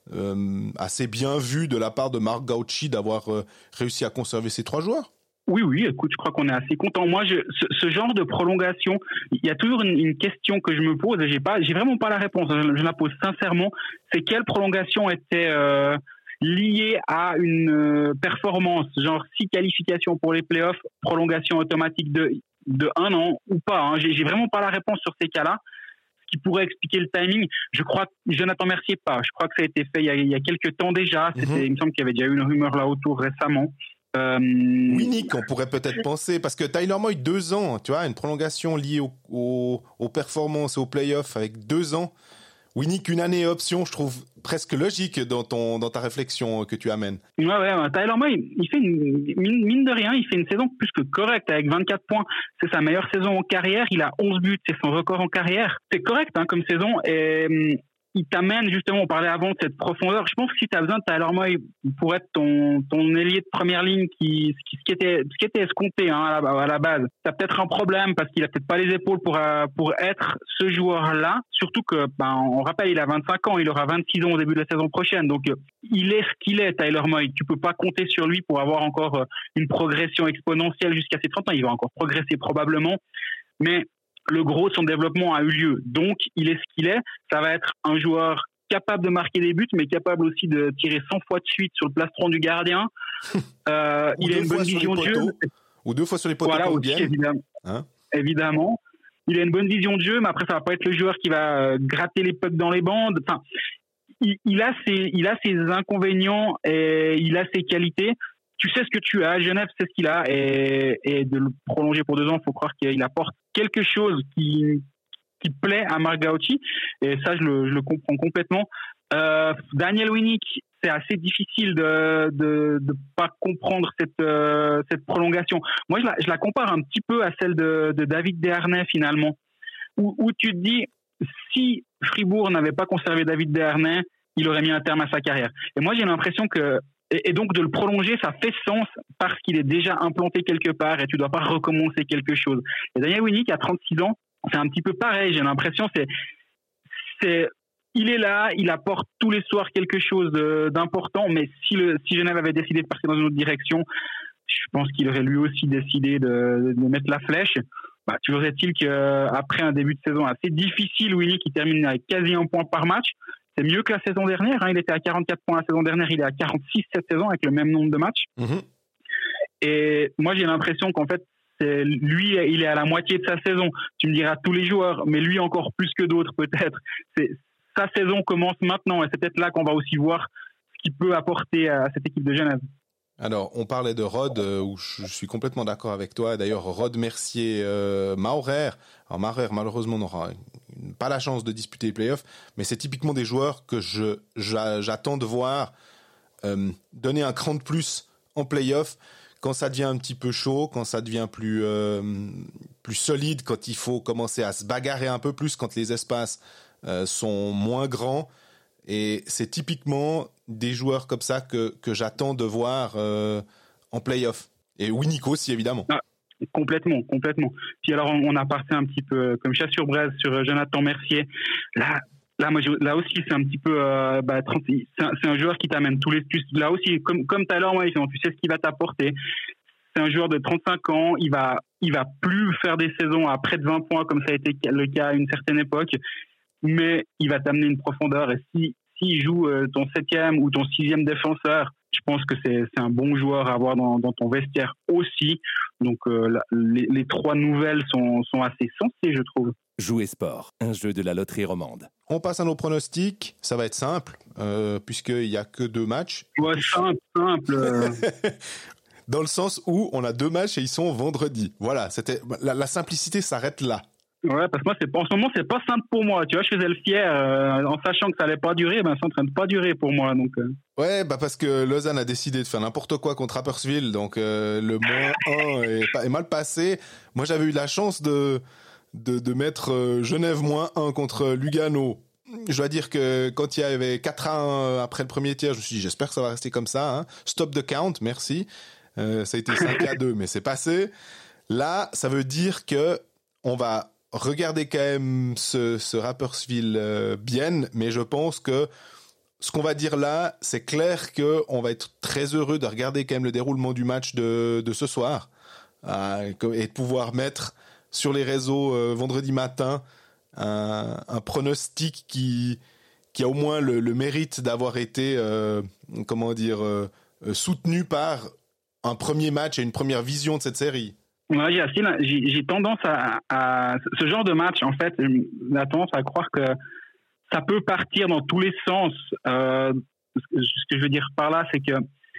euh, assez bien vu de la part de Marc Gauci d'avoir euh, réussi à conserver ces trois joueurs. Oui, oui, écoute, je crois qu'on est assez content. Moi, je, ce, ce genre de prolongation, il y a toujours une, une question que je me pose et j'ai pas, j'ai vraiment pas la réponse. Je, je la pose sincèrement. C'est quelle prolongation était euh, liée à une euh, performance, genre six qualifications pour les playoffs, prolongation automatique de de un an ou pas. Hein. J'ai, j'ai vraiment pas la réponse sur ces cas-là. Ce qui pourrait expliquer le timing, je crois que Jonathan Mercier pas. Je crois que ça a été fait il y a, il y a quelques temps déjà. C'était, mm-hmm. Il me semble qu'il y avait déjà eu une rumeur là autour récemment. Euh... Winnick, on pourrait peut-être penser, parce que Tyler Moy, deux ans, tu vois, une prolongation liée au, au, aux performances, aux playoffs avec deux ans. Winnick, une année option, je trouve presque logique dans, ton, dans ta réflexion que tu amènes. Ouais, ouais, Tyler Moy, il fait une, mine, mine de rien, il fait une saison plus que correcte avec vingt-quatre points. C'est sa meilleure saison en carrière, il a onze buts, c'est son record en carrière. C'est correct hein, comme saison et... il t'amène justement, on parlait avant de cette profondeur. Je pense que si tu as besoin de Tyler Moy pour être ton, ton ailier de première ligne, qui, ce, qui était, ce qui était escompté hein, à, la, à la base, tu as peut-être un problème parce qu'il a peut-être pas les épaules pour, pour être ce joueur-là. Surtout que, ben, on rappelle, il a vingt-cinq ans, il aura vingt-six ans au début de la saison prochaine. Donc, il est ce qu'il est, Tyler Moy. Tu peux pas compter sur lui pour avoir encore une progression exponentielle jusqu'à ses trente ans. Il va encore progresser probablement. Mais le gros de son développement a eu lieu. Donc, il est ce qu'il est. Ça va être un joueur capable de marquer des buts, mais capable aussi de tirer cent fois de suite sur le plastron du gardien. Euh, il a une bonne vision de jeu. Ou deux fois sur les poteaux. Voilà, aussi, évidemment. Hein évidemment. Il a une bonne vision de jeu, mais après, ça va pas être le joueur qui va gratter les pucks dans les bandes. Enfin, il, il a ses, il a ses inconvénients et il a ses qualités. Tu sais ce que tu as, Genève sait ce qu'il a, et, et de le prolonger pour deux ans, il faut croire qu'il apporte quelque chose qui, qui plaît à Marc Gauci, et ça je le, je le comprends complètement. Euh, Daniel Winnick, c'est assez difficile de de, de pas comprendre cette euh, cette prolongation. Moi je la, je la compare un petit peu à celle de, de David Desharnais finalement, où, où tu te dis si Fribourg n'avait pas conservé David Desharnais, il aurait mis un terme à sa carrière. Et moi j'ai l'impression que et, et donc de le prolonger, ça fait sens parce qu'il est déjà implanté quelque part et tu dois pas recommencer quelque chose. Et Daniel Winnick à trente-six ans, c'est un petit peu pareil. J'ai l'impression c'est c'est il est là, il apporte tous les soirs quelque chose de, d'important, mais si, le, si Genève avait décidé de partir dans une autre direction, je pense qu'il aurait lui aussi décidé de, de mettre la flèche. Bah, toujours est-il qu'après un début de saison assez difficile, Winnick qui termine avec quasi un point par match, c'est mieux que la saison dernière. Hein. Il était à quarante-quatre points la saison dernière, il est à quarante-six cette saison avec le même nombre de matchs. Mmh. Et moi, j'ai l'impression qu'en fait, c'est, lui, il est à la moitié de sa saison. Tu me diras tous les joueurs, mais lui encore plus que d'autres peut-être. C'est, sa saison commence maintenant et c'est peut-être là qu'on va aussi voir ce qu'il peut apporter à cette équipe de Genève. Alors, on parlait de Rod, euh, où je suis complètement d'accord avec toi. D'ailleurs, Rod Mercier, euh, Maurer. Alors, Maurer, malheureusement, n'aura pas la chance de disputer les playoffs, mais c'est typiquement des joueurs que je, j'a, j'attends de voir euh, donner un cran de plus en playoffs quand ça devient un petit peu chaud, quand ça devient plus, euh, plus solide, quand il faut commencer à se bagarrer un peu plus, quand les espaces Euh, sont moins grands, et c'est typiquement des joueurs comme ça que, que j'attends de voir euh, en play-off. Et Winnick aussi, évidemment. Ah, complètement, complètement. Puis alors, on, on a passé un petit peu comme chat sur braise sur Jonathan Mercier. Là, là, moi, je, là aussi, c'est un petit peu... Euh, bah, trente, c'est, un, c'est un joueur qui t'amène tous les... Là aussi, comme, comme tout à l'heure, moi, tu sais ce qu'il va t'apporter. C'est un joueur de trente-cinq ans, il va, il va plus faire des saisons à près de vingt points comme ça a été le cas à une certaine époque, mais il va t'amener une profondeur, et si s'il joue euh, ton septième ou ton sixième défenseur, je pense que c'est c'est un bon joueur à avoir dans, dans ton vestiaire aussi. Donc euh, la, les, les trois nouvelles sont sont assez sensées, je trouve. Jouer sport, un jeu de la loterie romande. On passe à nos pronostics. Ça va être simple euh, puisqu'il y a que deux matchs. Ouais, simple, simple. Euh... Dans le sens où on a deux matchs et ils sont vendredi. Voilà, c'était la, la simplicité s'arrête là. Ouais, parce que moi, c'est pas, en ce moment, c'est pas simple pour moi. Tu vois, je faisais le fier euh, en sachant que ça allait pas durer. Ben, c'est en train de pas durer pour moi. Donc. Euh... Ouais, bah parce que Lausanne a décidé de faire n'importe quoi contre Rapperswil, donc euh, le moins un est, est mal passé. Moi, j'avais eu la chance de de, de mettre euh, Genève moins un contre Lugano. Je dois dire que quand il y avait quatre à un après le premier tiers, je me suis dit j'espère que ça va rester comme ça. Hein. Stop the count, merci. Euh, ça a été cinq à deux, mais c'est passé. Là, ça veut dire que on va regardez quand même ce, ce Rapperswil euh, bien, mais je pense que ce qu'on va dire là, c'est clair que on va être très heureux de regarder quand même le déroulement du match de, de ce soir euh, et de pouvoir mettre sur les réseaux euh, vendredi matin un, un pronostic qui, qui a au moins le, le mérite d'avoir été euh, comment dire euh, soutenu par un premier match et une première vision de cette série. Ouais, Yacine, j'ai, j'ai tendance à, à ce genre de match, en fait, j'ai tendance à croire que ça peut partir dans tous les sens. Euh, ce que je veux dire par là, c'est que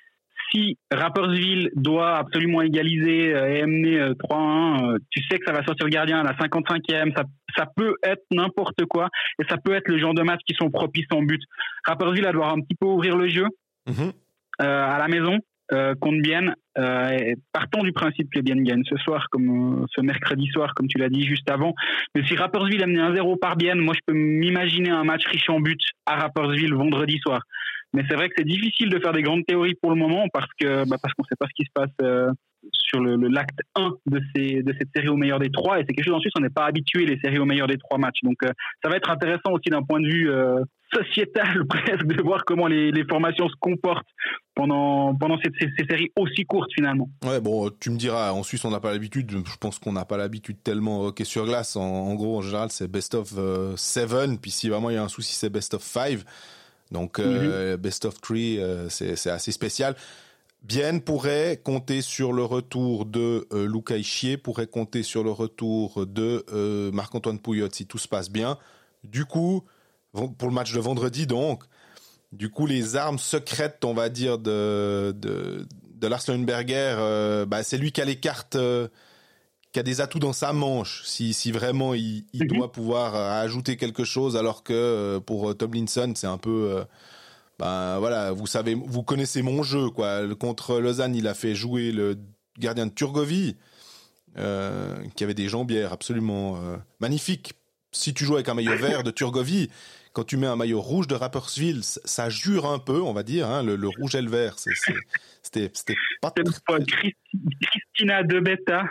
si Rapperswil doit absolument égaliser et amener trois à un, tu sais que ça va sortir le gardien à la cinquante-cinquième, ça, ça peut être n'importe quoi, et ça peut être le genre de match qui sont propices en but. Rapperswil va devoir un petit peu ouvrir le jeu mmh. euh, à la maison. Euh, contre Bienne, euh, partons du principe que Bienne gagne ce soir, comme euh, ce mercredi soir, comme tu l'as dit juste avant. Mais si Rapperswil amenait un zéro par Bienne, moi je peux m'imaginer un match riche en buts à Rapperswil vendredi soir. Mais c'est vrai que c'est difficile de faire des grandes théories pour le moment parce que bah, parce qu'on ne sait pas ce qui se passe euh, sur le, le l'acte un de ces de cette série au meilleur des trois, et c'est quelque chose ensuite on n'est pas habitué les séries au meilleur des trois matchs. Donc euh, ça va être intéressant aussi d'un point de vue euh, sociétal presque de voir comment les, les formations se comportent pendant pendant ces, ces, ces séries aussi courtes finalement. Ouais, bon, tu me diras, en Suisse on n'a pas l'habitude, je pense qu'on n'a pas l'habitude tellement hockey sur glace. En, en gros, en général, c'est best of euh, seven, puis si vraiment il y a un souci, c'est best of five. Donc euh, mm-hmm. best of three, euh, c'est c'est assez spécial. Bienne pourrait compter sur le retour de euh, Luca Ischier, pourrait compter sur le retour de euh, Marc-Antoine Pouliot si tout se passe bien. Du coup, pour le match de vendredi, donc, du coup, les armes secrètes, on va dire, de de, de Lars Leuenberger, euh, bah, c'est lui qui a les cartes, euh, qui a des atouts dans sa manche, si, si vraiment il, il mm-hmm. doit pouvoir ajouter quelque chose, alors que pour Tomlinson, c'est un peu... Euh, ben voilà, vous savez, vous connaissez mon jeu, quoi. Contre Lausanne, il a fait jouer le gardien de Turgovie, euh, qui avait des jambières absolument euh, magnifiques. Si tu joues avec un maillot vert de Turgovie, quand tu mets un maillot rouge de Rapperswil, ça jure un peu, on va dire, hein, le, le rouge et le vert. C'est, c'est, c'était, c'était pas c'est très... Christina de Betta.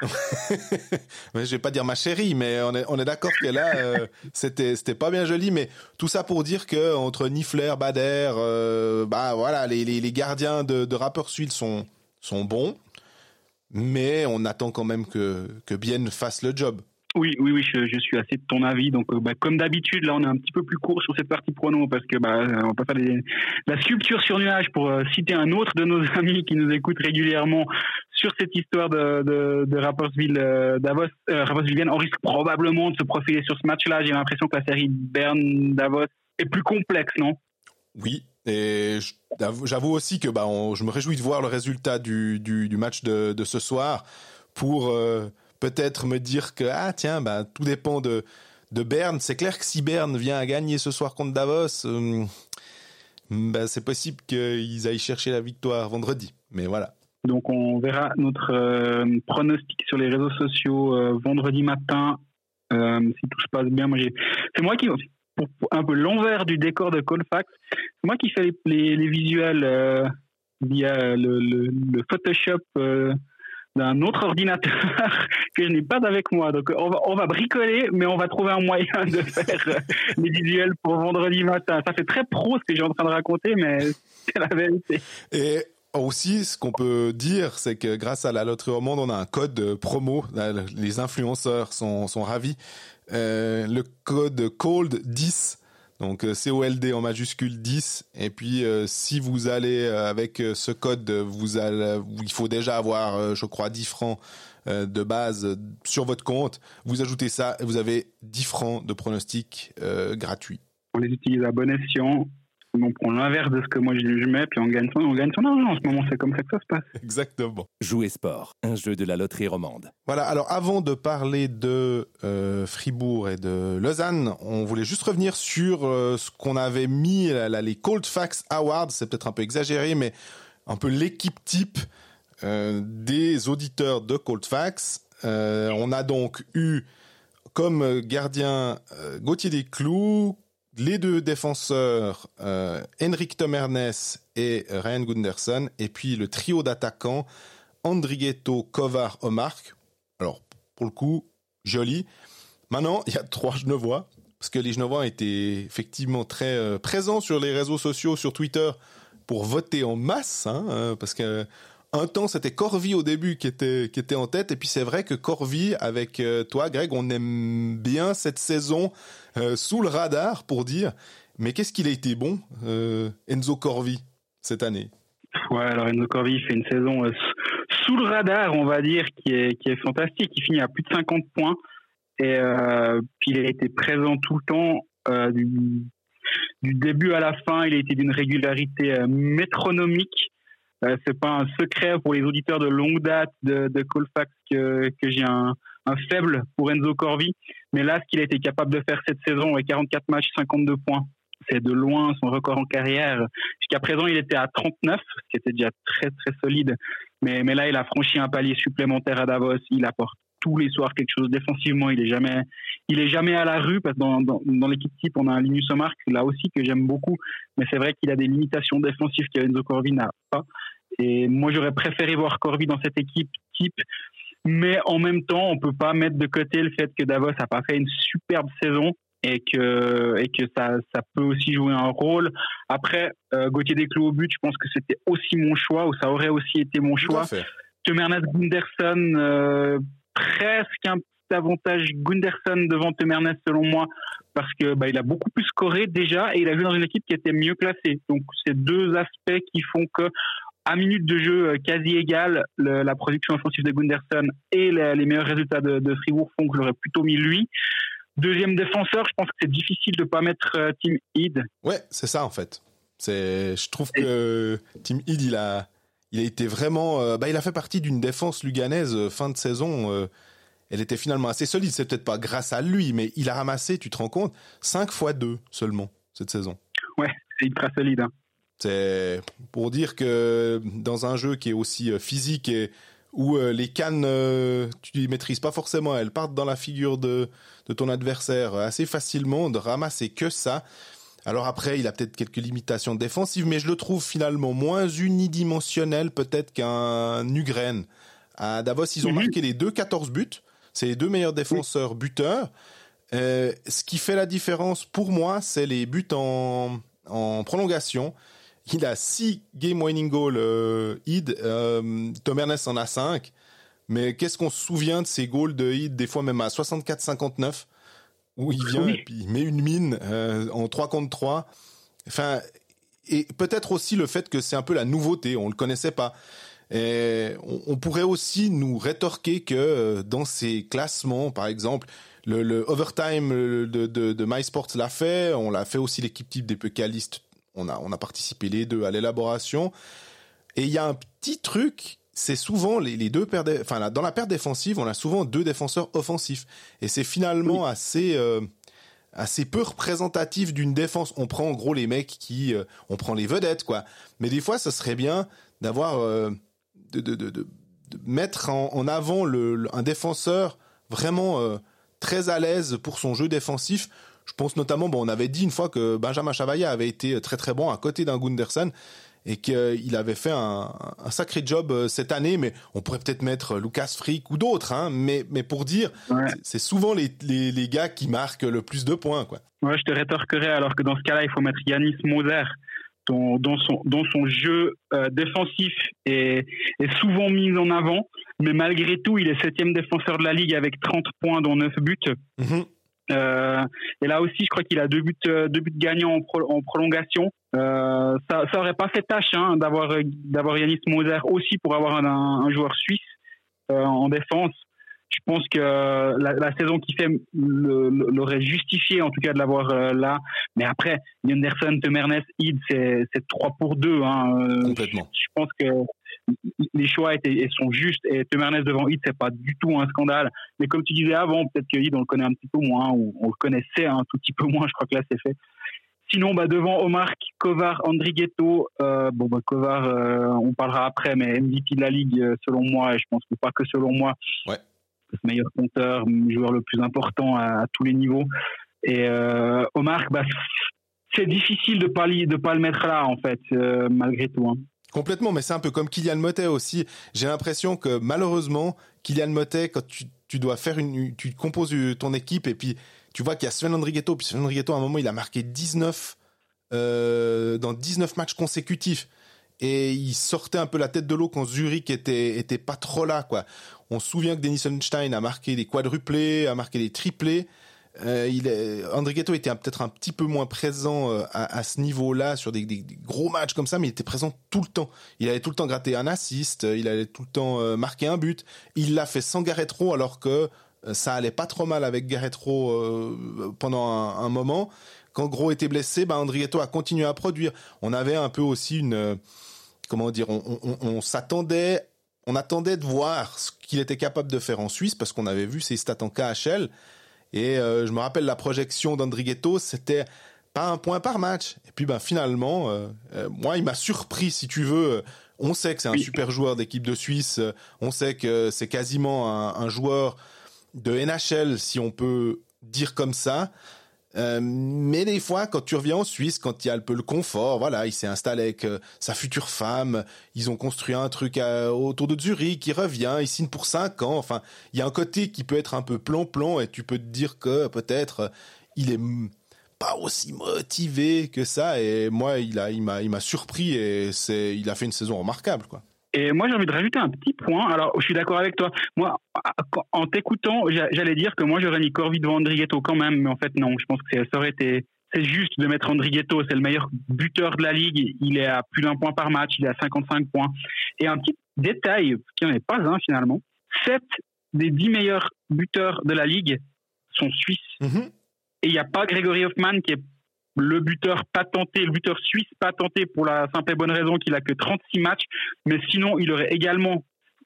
Je vais pas dire ma chérie, mais on est, on est d'accord que là, euh, c'était, c'était pas bien joli. Mais tout ça pour dire que entre Niffler, Bader, euh, bah voilà, les, les, les gardiens de, de Rapperswil sont, sont bons, mais on attend quand même que, que Bienne fasse le job. Oui, oui, oui, je, je suis assez de ton avis. Donc, euh, bah, comme d'habitude, là, on est un petit peu plus court sur cette partie prono parce que bah, on va pas faire des, la sculpture sur nuage pour euh, citer un autre de nos amis qui nous écoute régulièrement sur cette histoire de, de, de Rapperswil, euh, Davos, euh, Rapperswil-Vienne. On risque probablement de se profiler sur ce match-là. J'ai l'impression que la série Berne-Davos est plus complexe, non ? Oui. Et j'avoue aussi que bah, on, je me réjouis de voir le résultat du, du, du match de, de ce soir pour euh, peut-être me dire que ah tiens bah, tout dépend de, de Berne. C'est clair que si Berne vient à gagner ce soir contre Davos, euh, bah, c'est possible qu'ils aillent chercher la victoire vendredi. Mais voilà. Donc on verra notre euh, pronostic sur les réseaux sociaux euh, vendredi matin. Euh, si tout se passe bien, moi j'ai... c'est moi qui... pour un peu l'envers du décor de Colfax, c'est moi qui fais les, les, les visuels euh, via le, le, le Photoshop euh, d'un autre ordinateur que je n'ai pas avec moi. Donc on va, on va bricoler, mais on va trouver un moyen de faire euh, les visuels pour vendredi matin. Ça fait très pro ce que j'ai en train de raconter, mais c'est la vérité. Et aussi, ce qu'on peut dire, c'est que grâce à la Loterie au Monde, on a un code promo. Les influenceurs sont, sont ravis. Euh, le code cold dix, donc C O L D en majuscule dix, et puis euh, si vous allez euh, avec ce code, vous allez, il faut déjà avoir euh, je crois dix francs euh, de base euh, sur votre compte, vous ajoutez ça et vous avez dix francs de pronostic euh, gratuit. On les utilise à bon escient. On prend l'inverse de ce que moi je mets, puis on gagne son, on gagne son argent. En ce moment, c'est comme ça que ça se passe. Exactement. Jouer sport, un jeu de la loterie romande. Voilà, alors avant de parler de euh, Fribourg et de Lausanne, on voulait juste revenir sur euh, ce qu'on avait mis, là, là, les Colfax Awards. C'est peut-être un peu exagéré, mais un peu l'équipe type euh, des auditeurs de Colfax. Euh, on a donc eu comme gardien euh, Gauthier Desclous, les deux défenseurs, euh, Henrik Tomernes et Ryan Gunderson, et puis le trio d'attaquants, Andrighetto, Kovar, Omark. Alors, pour le coup, joli. Maintenant, il y a trois Genevois, parce que les Genevois étaient effectivement très euh, présents sur les réseaux sociaux, sur Twitter, pour voter en masse, hein, euh, parce que un temps, c'était Corvi au début qui était, qui était en tête. Et puis, c'est vrai que Corvi, avec euh, toi, Greg, on aime bien cette saison euh, sous le radar pour dire, mais qu'est-ce qu'il a été bon, euh, Enzo Corvi, cette année? Ouais, alors Enzo Corvi fait une saison euh, sous le radar, on va dire, qui est, qui est fantastique. Il finit à plus de cinquante points. Et euh, puis, il a été présent tout le temps, euh, du, du début à la fin. Il a été d'une régularité euh, métronomique. Euh, c'est pas un secret pour les auditeurs de longue date de, de Colfax que, que j'ai un, un faible pour Enzo Corvi. Mais là, ce qu'il a été capable de faire cette saison, avec quarante-quatre matchs, cinquante-deux points, c'est de loin son record en carrière. Jusqu'à présent, il était à trente-neuf, ce qui était déjà très, très solide. Mais, mais là, il a franchi un palier supplémentaire à Davos. Il apporte tous les soirs quelque chose défensivement. Il est jamais, il est jamais à la rue, parce que dans, dans, dans l'équipe type, on a un Linus Omark, là aussi, que j'aime beaucoup. Mais c'est vrai qu'il a des limitations défensives qu'Enzo Corvi n'a pas. Et moi, j'aurais préféré voir Corvi dans cette équipe type. Mais en même temps, on peut pas mettre de côté le fait que Davos a pas fait une superbe saison et que, et que ça, ça peut aussi jouer un rôle. Après, euh, Gauthier Desclous au but, je pense que c'était aussi mon choix, ou ça aurait aussi été mon choix. Temernes Gunderson, euh, presque un petit avantage Gunderson devant Temernes selon moi, parce que bah, il a beaucoup plus scoré déjà et il a joué dans une équipe qui était mieux classée. Donc c'est deux aspects qui font que à minute de jeu quasi égale, le, la production offensive de Gunderson et la, les meilleurs résultats de, de Fribourg font que j'aurais plutôt mis lui. Deuxième défenseur, je pense que c'est difficile de pas mettre euh, Tim Heed. Ouais, c'est ça en fait. C'est, je trouve et... que Tim Heed, il a, il a été vraiment, euh, bah, il a fait partie d'une défense luganaise euh, fin de saison euh, elle était finalement assez solide. C'est peut-être pas grâce à lui, mais il a ramassé, tu te rends compte, cinq fois deux seulement cette saison. Ouais, c'est ultra solide. Hein. C'est pour dire que dans un jeu qui est aussi physique et où euh, les cannes, euh, tu les maîtrises pas forcément, elles partent dans la figure de, de ton adversaire assez facilement, de ramasser que ça. Alors après, il a peut-être quelques limitations défensives, mais je le trouve finalement moins unidimensionnel peut-être qu'un Nugren. À Davos, ils ont mm-hmm. marqué les deux quatorze buts. C'est les deux meilleurs défenseurs buteurs. Euh, ce qui fait la différence pour moi, c'est les buts en, en prolongation. Il a six game-winning goals, euh, Id. Euh, Tom Ernest en a cinq. Mais qu'est-ce qu'on se souvient de ces goals de Id, des fois même à soixante-quatre cinquante-neuf, où il vient oui. et puis il met une mine euh, en trois contre trois. Enfin, et peut-être aussi le fait que c'est un peu la nouveauté, on le connaissait pas. Et on, on pourrait aussi nous rétorquer que euh, dans ces classements, par exemple, le, le overtime de, de, de MySports l'a fait, on l'a fait aussi l'équipe type des Pécalistes. On a, on a participé les deux à l'élaboration. Et il y a un petit truc, c'est souvent les, les deux paires, de, enfin là, dans la paire défensive, on a souvent deux défenseurs offensifs. Et c'est finalement oui. assez, euh, assez peu représentatif d'une défense. On prend en gros les mecs qui, euh, on prend les vedettes, quoi. Mais des fois, ça serait bien d'avoir, euh, de, de, de, de, de mettre en, en avant le, le, un défenseur vraiment euh, très à l'aise pour son jeu défensif. Je pense notamment, bon, on avait dit une fois que Benjamin Chavaya avait été très très bon à côté d'un Gundersen et qu'il avait fait un, un sacré job cette année, mais on pourrait peut-être mettre Lucas Frick ou d'autres, hein, mais, mais pour dire, ouais. c'est, c'est souvent les, les, les gars qui marquent le plus de points, quoi. Ouais, je te rétorquerais alors que dans ce cas-là, il faut mettre Yanis Moser, dont, dont, son, dont son jeu euh, défensif est, est souvent mis en avant, mais malgré tout, il est septième défenseur de la Ligue avec trente points, dont neuf buts. Mm-hmm. Euh, et là aussi, je crois qu'il a deux buts, deux buts gagnants en, pro, en prolongation. Euh, ça, ça aurait pas fait tâche hein, d'avoir, d'avoir Yanis Moser aussi pour avoir un, un joueur suisse euh, en défense. Je pense que la, la saison qu'il fait le, le, l'aurait justifié, en tout cas, de l'avoir euh, là. Mais après, Gundersen, Tom Ernest, Id, c'est, c'est trois pour deux. Hein. Complètement. Je, je pense que les choix étaient, sont justes. Et Tom Ernest devant Id, c'est pas du tout un scandale. Mais comme tu disais avant, peut-être que Id, on le connaît un petit peu moins, ou on le connaissait un tout petit peu moins. Je crois que là, c'est fait. Sinon, bah, devant Omar, Kovar, Andrighetto, euh, bon, bah, Kovar, euh, on parlera après, mais M V P de la Ligue, selon moi, et je pense que pas que selon moi. Ouais. Meilleur compteur, joueur le plus important à, à tous les niveaux. Et euh, Omar, bah, c'est difficile de pas li, de pas le mettre là en fait, euh, malgré tout. Hein. Complètement, mais c'est un peu comme Kylian Motet aussi. J'ai l'impression que malheureusement, Kylian Motet, quand tu, tu dois faire une, tu composes ton équipe et puis tu vois qu'il y a Sven Andrighetto, puis Sven Andrighetto à un moment il a marqué dix-neuf euh, dans dix-neuf matchs consécutifs. Et il sortait un peu la tête de l'eau quand Zurich était, était pas trop là, quoi. On se souvient que Dennis Holstein a marqué des quadruplés, a marqué des triplés. Euh, il est, Andrighetto était un, peut-être un petit peu moins présent euh, à, à ce niveau-là sur des, des, des gros matchs comme ça, mais il était présent tout le temps. Il allait tout le temps gratter un assist, il allait tout le temps euh, marquer un but. Il l'a fait sans Gareth Rowe alors que euh, ça allait pas trop mal avec Gareth Rowe euh, pendant un, un moment. Quand Gros était blessé, bah Andrighetto a continué à produire. On avait un peu aussi une, euh, comment dire, on, on, on, on s'attendait, on attendait de voir ce qu'il était capable de faire en Suisse parce qu'on avait vu ses stats en K H L. Et euh, je me rappelle la projection d'Andrighetto, c'était pas un point par match. Et puis ben finalement, euh, euh, moi il m'a surpris si tu veux. On sait que c'est un oui. super joueur d'équipe de Suisse. On sait que c'est quasiment un, un joueur de N H L si on peut dire comme ça. Euh, mais des fois, quand tu reviens en Suisse, quand il y a un peu le confort, voilà, il s'est installé avec euh, sa future femme, ils ont construit un truc à, autour de Zurich, il revient, il signe pour cinq ans, enfin, il y a un côté qui peut être un peu plan-plan et tu peux te dire que peut-être euh, il est pas aussi motivé que ça et moi, il a, il m'a, il m'a surpris et c'est, il a fait une saison remarquable, quoi. Et moi, j'ai envie de rajouter un petit point. Alors, je suis d'accord avec toi. Moi, en t'écoutant, j'allais dire que moi, j'aurais mis Corvi devant Andrighetto quand même, mais en fait, non. Je pense que ça aurait été... C'est juste de mettre Andrighetto. C'est le meilleur buteur de la Ligue. Il est à plus d'un point par match. Il est à cinquante-cinq points. Et un petit détail, qui n'en est pas un, finalement. Sept des dix meilleurs buteurs de la Ligue sont suisses. Mm-hmm. Et il n'y a pas Grégory Hoffman qui est le buteur patenté, le buteur suisse patenté pour la simple et bonne raison qu'il a que trente-six matchs, mais sinon il aurait également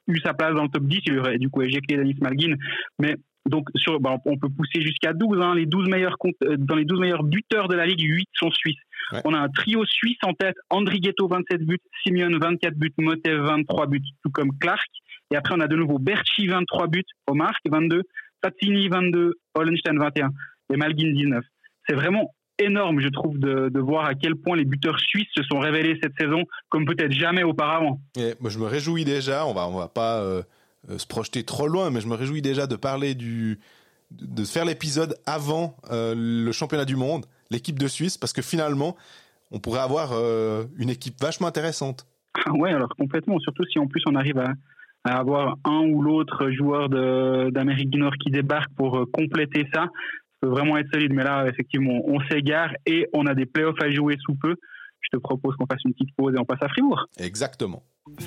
eu sa place dans le top dix, il aurait du coup éjecté Denis Malgin. Mais donc, sur, bah, on peut pousser jusqu'à douze. Hein, les douze meilleurs comptes, dans les douze meilleurs buteurs de la Ligue, huit sont suisses. Ouais. On a un trio suisse en tête, Andri Ghetto, vingt-sept buts, Simeon, vingt-quatre buts, Motev, vingt-trois buts, tout comme Clark. Et après, on a de nouveau Berchi, vingt-trois buts, Omar, vingt-deux, Tazzini, vingt-deux, Hollenstein, vingt et un, et Malgin, dix-neuf. C'est vraiment énorme, je trouve, de, de voir à quel point les buteurs suisses se sont révélés cette saison comme peut-être jamais auparavant. Et moi, je me réjouis déjà, on va, on va pas euh, se projeter trop loin, mais je me réjouis déjà de parler du, de faire l'épisode avant euh, le championnat du monde, l'équipe de Suisse, parce que finalement, on pourrait avoir euh, une équipe vachement intéressante. Ouais, alors complètement, surtout si en plus on arrive à, à avoir un ou l'autre joueur de, d'Amérique du Nord qui débarque pour euh, compléter ça. Ça peut vraiment être solide, mais là, effectivement, on s'égare et on a des playoffs à jouer sous peu. Je te propose qu'on fasse une petite pause et on passe à Fribourg. Exactement.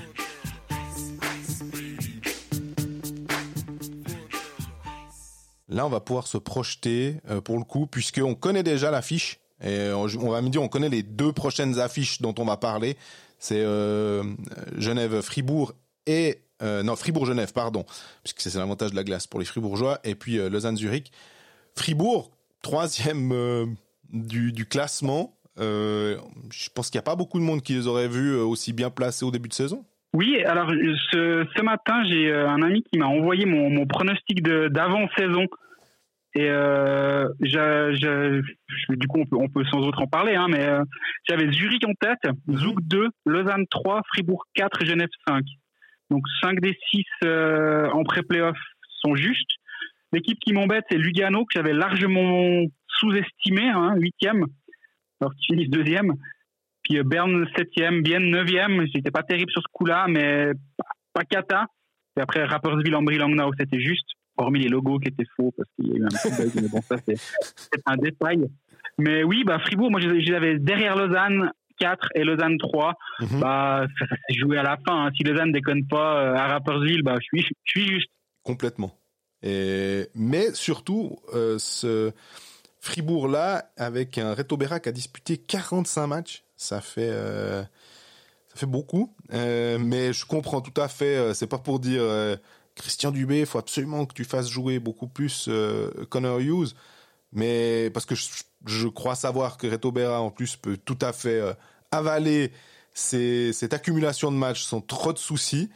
Là, on va pouvoir se projeter euh, pour le coup, puisqu'on connaît déjà l'affiche. Et on, on va me dire, on connaît les deux prochaines affiches dont on va parler. C'est euh, Genève-Fribourg et... Euh, non, Fribourg-Genève, pardon, puisque c'est l'avantage de la glace pour les Fribourgeois. Et puis euh, Lausanne-Zurich. Fribourg, troisième euh, du, du classement. Euh, je pense qu'il n'y a pas beaucoup de monde qui les aurait vus aussi bien placés au début de saison. Oui, alors ce, ce matin, j'ai un ami qui m'a envoyé mon, mon pronostic de, d'avant-saison. Et euh, j'ai, j'ai, du coup, on peut, on peut sans autre en parler, hein, mais euh, j'avais Zurich en tête, Zouk deux, Lausanne trois, Fribourg quatre, Genève cinq. Donc cinq des six euh, en pré-playoff sont justes. L'équipe qui m'embête, c'est Lugano, que j'avais largement sous-estimé, hein, huitième, alors qu'ils finissent deuxième. Puis euh, Berne septième, Bienne neuvième. J'étais pas terrible sur ce coup-là, mais pas, pas cata. Et après Rapperswil, Ambry, Langnau, c'était juste, hormis les logos qui étaient faux, parce qu'il y a eu un petit bug, mais bon, ça c'est, c'est un détail. Mais oui, bah Fribourg, moi je les avais derrière Lausanne quatre et Lausanne trois. Mm-hmm. Bah ça, ça s'est joué à la fin. Hein. Si Lausanne déconne pas euh, à Rapperswil, bah je suis, je suis juste. Complètement. Et, mais surtout, euh, ce Fribourg-là, avec un Reto Berra qui a disputé quarante-cinq matchs, ça fait, euh, ça fait beaucoup. Euh, mais je comprends tout à fait, euh, c'est pas pour dire euh, Christian Dubé, il faut absolument que tu fasses jouer beaucoup plus euh, Connor Hughes, mais parce que je, je crois savoir que Reto Berra, en plus, peut tout à fait euh, avaler ces, cette accumulation de matchs sans trop de soucis.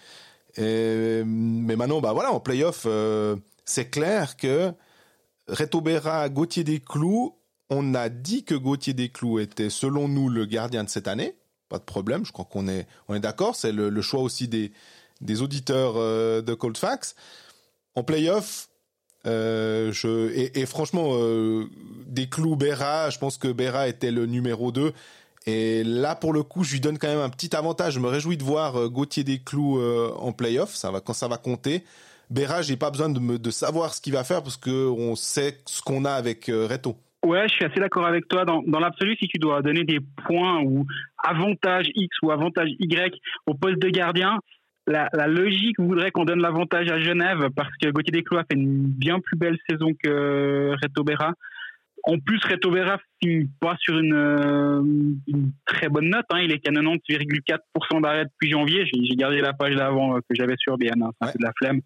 Et, mais maintenant, bah voilà, en play-off, euh, c'est clair que Reto Berra, Gauthier Desclous, on a dit que Gauthier Desclous était, selon nous, le gardien de cette année. Pas de problème, je crois qu'on est, on est d'accord. C'est le, le choix aussi des, des auditeurs euh, de Cold Facts. En play-off, euh, je, et, et franchement, euh, Desclous, Berra, je pense que Berra était le numéro deux. Et là, pour le coup, je lui donne quand même un petit avantage. Je me réjouis de voir euh, Gauthier Desclous euh, en play-off. Ça va, quand ça va compter. Berra, j'ai pas besoin de, me, de savoir ce qu'il va faire parce qu'on sait ce qu'on a avec euh, Reto. Ouais, je suis assez d'accord avec toi. Dans, dans l'absolu, si tu dois donner des points ou avantage X ou avantage Y au poste de gardien, la, la logique voudrait qu'on donne l'avantage à Genève parce que Gauthier Desclous a fait une bien plus belle saison que Reto Berra. En plus, Reto Berra finit pas sur une, euh, une très bonne note. Hein. Il est qu'à quatre-vingt-dix virgule quatre pour cent d'arrêt depuis janvier. J'ai, j'ai gardé la page d'avant euh, que j'avais sur B N. Hein. C'est ouais. de la flemme.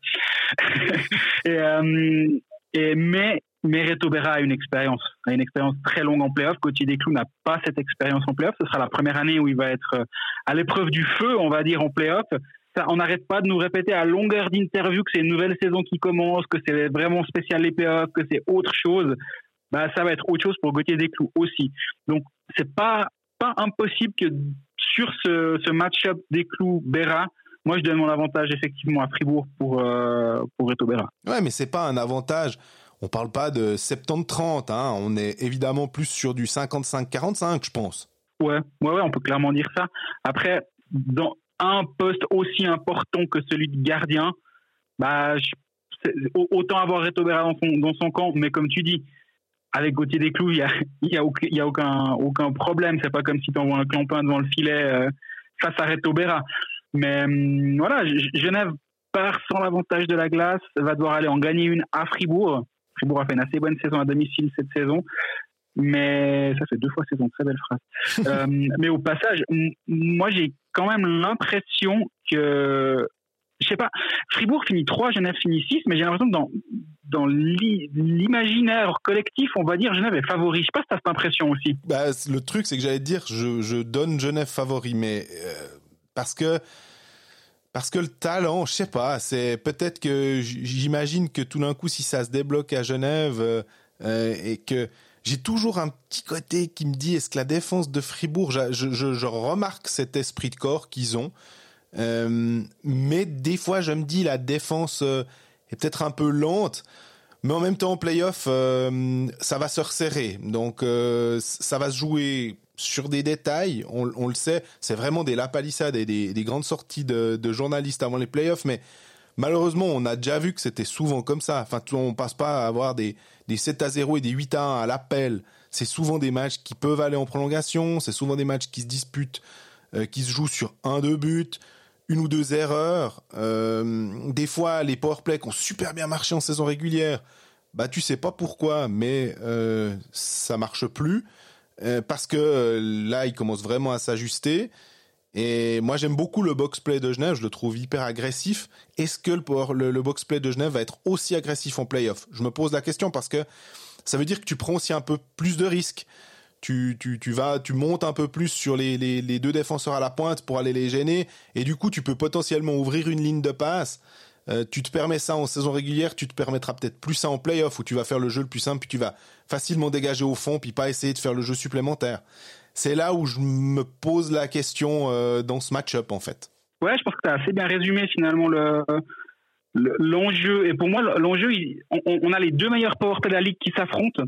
et, euh, et, mais, mais Reto Berra a une expérience. A une expérience très longue en play-off. Gauthier Desclous n'a pas cette expérience en play-off. Ce sera la première année où il va être à l'épreuve du feu, on va dire, en play-off. Ça, on n'arrête pas de nous répéter à longueur d'interview que c'est une nouvelle saison qui commence, que c'est vraiment spécial les play-offs, que c'est autre chose. Bah, ça va être autre chose pour Gauthier Desclous aussi. Donc, c'est pas, pas impossible que sur ce, ce match-up Desclous-Berra, moi, je donne mon avantage effectivement à Fribourg pour, euh, pour Reto Berra. Ouais, mais c'est pas un avantage. On parle pas de soixante-dix trente, hein. On est évidemment plus sur du cinquante-cinq quarante-cinq, je pense. Ouais, ouais, ouais, on peut clairement dire ça. Après, dans un poste aussi important que celui de gardien, bah, je, autant avoir Reto Berra dans son, dans son camp, mais comme tu dis, avec Gauthier Desclous, il y a, il y a, aucun, il y a aucun, aucun problème. C'est pas comme si tu envoies un clampin devant le filet euh, face à Reto Berra. Mais euh, voilà, Genève part sans l'avantage de la glace, va devoir aller en gagner une à Fribourg. Fribourg a fait une assez bonne saison à domicile cette saison. Mais ça fait deux fois saison, très belle phrase. euh, mais au passage, m- moi j'ai quand même l'impression que je sais pas, Fribourg finit trois, Genève finit six, mais j'ai l'impression que dans, dans l'imaginaire collectif, on va dire Genève est favori. Je sais pas si t'as cette impression aussi. Bah, le truc, c'est que j'allais te dire, je, je donne Genève favori, mais euh, parce que parce que le talent, je sais pas, c'est peut-être que j'imagine que tout d'un coup, si ça se débloque à Genève euh, euh, et que j'ai toujours un petit côté qui me dit, est-ce que la défense de Fribourg, je, je, je remarque cet esprit de corps qu'ils ont, euh, mais des fois, je me dis, la défense euh, est peut-être un peu lente, mais en même temps, en play-off, euh, ça va se resserrer. Donc, euh, ça va se jouer sur des détails, on, on le sait, c'est vraiment des lapalissades et des, des grandes sorties de, de journalistes avant les play-offs, mais malheureusement, on a déjà vu que c'était souvent comme ça. Enfin, on passe pas à avoir des, des sept à zéro et des huit à un à l'appel. C'est souvent des matchs qui peuvent aller en prolongation, c'est souvent des matchs qui se disputent, euh, qui se jouent sur un, deux buts, une ou deux erreurs. Euh, des fois, les powerplays qui ont super bien marché en saison régulière, bah tu sais pas pourquoi, mais euh, ça marche plus. Euh, parce que euh, là, il commence vraiment à s'ajuster. Et moi, j'aime beaucoup le box-play de Genève. Je le trouve hyper agressif. Est-ce que le, power, le, le box-play de Genève va être aussi agressif en play-off ? Je me pose la question parce que ça veut dire que tu prends aussi un peu plus de risques. Tu, tu, tu, vas, tu montes un peu plus sur les, les, les deux défenseurs à la pointe pour aller les gêner. Et du coup, tu peux potentiellement ouvrir une ligne de passe. Euh, tu te permets ça en saison régulière, tu te permettras peut-être plus ça en play-off où tu vas faire le jeu le plus simple, puis tu vas facilement dégager au fond, puis pas essayer de faire le jeu supplémentaire. C'est là où je me pose la question euh, dans ce match-up, en fait. Ouais, je pense que tu as assez bien résumé finalement le, le, l'enjeu. Et pour moi, l'enjeu, il, on, on a les deux meilleurs powerplay de la ligue qui s'affrontent.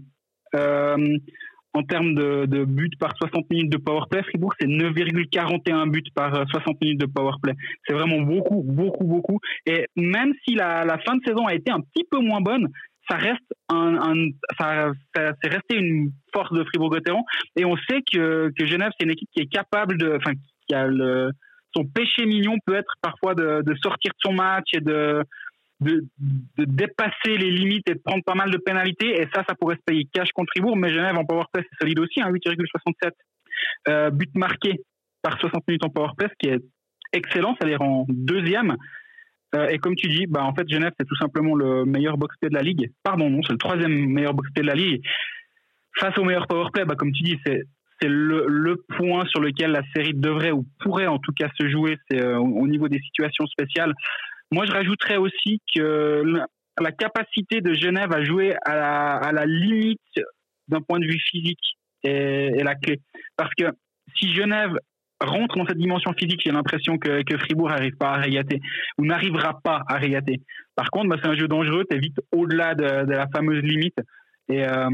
Euh, en termes de, de buts par soixante minutes de powerplay, Fribourg, c'est neuf virgule quarante et un buts par soixante minutes de powerplay. C'est vraiment beaucoup, beaucoup, beaucoup. Et même si la, la fin de saison a été un petit peu moins bonne, ça reste un, un ça, ça c'est resté une force de Fribourg-Gotteron. Et on sait que, que Genève, c'est une équipe qui est capable de, enfin, qui a le, son péché mignon peut être parfois de, de sortir de son match et de, de, de dépasser les limites et de prendre pas mal de pénalités. Et ça, ça pourrait se payer cash contre Fribourg. Mais Genève en powerplay, c'est solide aussi, hein, huit virgule soixante-sept euh, buts marqués par soixante minutes en powerplay, ce qui est excellent. Ça les rend deuxième. Euh, et comme tu dis, bah, en fait, Genève, c'est tout simplement le meilleur box-play de la ligue. Pardon, non, c'est le troisième meilleur box-play de la ligue. Face au meilleur powerplay, bah, comme tu dis, c'est, c'est le, le point sur lequel la série devrait ou pourrait en tout cas se jouer, c'est euh, au niveau des situations spéciales. Moi, je rajouterais aussi que la, la capacité de Genève à jouer à la, à la limite d'un point de vue physique est, est la clé. Parce que si Genève rentre dans cette dimension physique, j'ai l'impression que, que Fribourg n'arrive pas à régater ou n'arrivera pas à régater. Par contre, bah, c'est un jeu dangereux, t'es vite au-delà de, de la fameuse limite. Et, euh,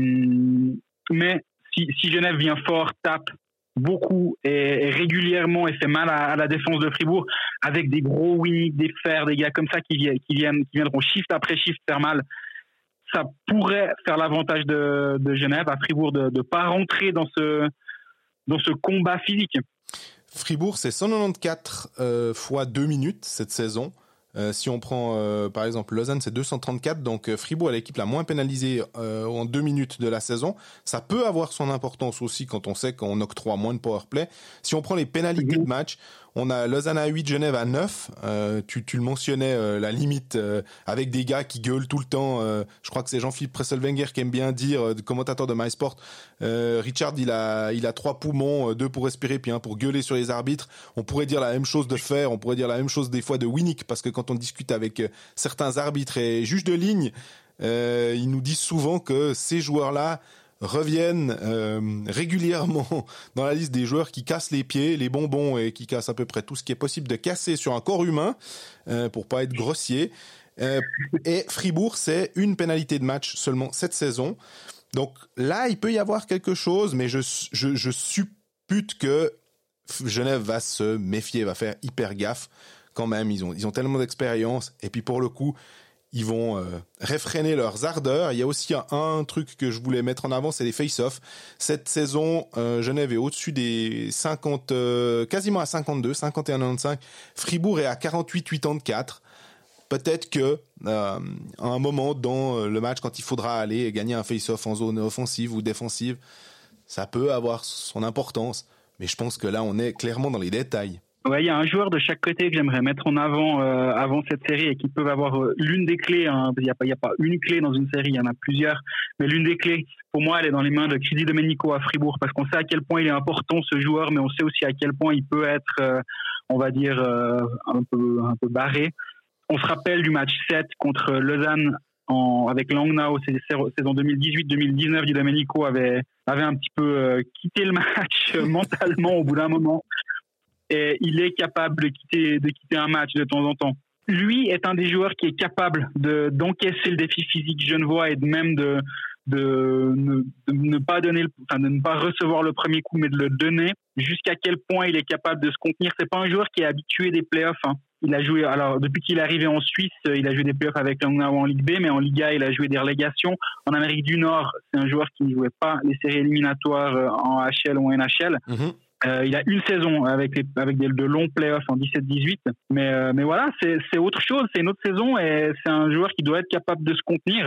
mais si, si Genève vient fort, tape beaucoup et, et régulièrement et fait mal à, à la défense de Fribourg avec des gros Winnick, des fers, des gars comme ça qui, viennent, qui, viennent, qui viendront shift après shift faire mal, ça pourrait faire l'avantage de, de Genève à Fribourg de ne pas rentrer dans ce, dans ce combat physique. Fribourg, c'est cent quatre-vingt-quatorze euh, fois deux minutes cette saison. Euh, si on prend euh, par exemple Lausanne, c'est deux cent trente-quatre, donc euh, Fribourg est l'équipe la moins pénalisée euh, en deux minutes de la saison. Ça peut avoir son importance aussi quand on sait qu'on octroie moins de powerplay. Si on prend les pénalités de match, on a Lausanne à huit, Genève à neuf. Euh, tu, tu le mentionnais, euh, la limite euh, avec des gars qui gueulent tout le temps. Euh, je crois que c'est Jean-Philippe Presselwenger qui aime bien dire, euh, commentateur de MySport, euh, Richard, il a, il a trois poumons, deux pour respirer puis un pour gueuler sur les arbitres. On pourrait dire la même chose de Fer, on pourrait dire la même chose des fois de Winnick, parce que quand on discute avec certains arbitres et juges de ligne, euh, ils nous disent souvent que ces joueurs-là reviennent euh, régulièrement dans la liste des joueurs qui cassent les pieds, les bonbons et qui cassent à peu près tout ce qui est possible de casser sur un corps humain, euh, pour pas être grossier. Euh, et Fribourg, c'est une pénalité de match seulement cette saison. Donc là, il peut y avoir quelque chose, mais je, je, je suppute que Genève va se méfier, va faire hyper gaffe quand même. Ils ont, ils ont tellement d'expérience. Et puis pour le coup, ils vont euh, réfréner leurs ardeurs. Il y a aussi un, un truc que je voulais mettre en avant, c'est les face-off. Cette saison, euh, Genève est au-dessus des cinquante, euh, quasiment à cinquante-deux, cinquante et un virgule quatre-vingt-quinze. Fribourg est à quarante-huit virgule quatre-vingt-quatorze. Peut-être que euh, à un moment dans le match, quand il faudra aller et gagner un face-off en zone offensive ou défensive, ça peut avoir son importance. Mais je pense que là, on est clairement dans les détails. Ouais, il y a un joueur de chaque côté que j'aimerais mettre en avant euh, avant cette série et qui peuvent avoir euh, l'une des clés. Hein, il n'y a pas, il y a pas une clé dans une série, il y en a plusieurs, mais l'une des clés, pour moi, elle est dans les mains de Crisi Domenico à Fribourg, parce qu'on sait à quel point il est important ce joueur, mais on sait aussi à quel point il peut être, euh, on va dire, euh, un peu un peu barré. On se rappelle du match sept contre Lausanne en, avec Langnau, c'est saison deux mille dix-huit deux mille dix-neuf. Di Domenico avait avait un petit peu euh, quitté le match euh, mentalement au bout d'un moment. Et il est capable de quitter, de quitter un match de temps en temps. Lui est un des joueurs qui est capable de, d'encaisser le défi physique genevois et de même de, de, de, de ne pas donner, le, enfin de ne pas recevoir le premier coup, mais de le donner. Jusqu'à quel point il est capable de se contenir. C'est pas un joueur qui est habitué des playoffs. Hein. Il a joué, alors depuis qu'il est arrivé en Suisse, il a joué des playoffs avec Langnau en Ligue B, mais en Liga, il a joué des relégations. En Amérique du Nord, c'est un joueur qui ne jouait pas les séries éliminatoires en H L ou en N H L. Mm-hmm. Euh, il a une saison avec, les, avec des, de longs playoffs en dix-sept dix-huit, mais, euh, mais voilà, c'est, c'est autre chose, c'est une autre saison et c'est un joueur qui doit être capable de se contenir.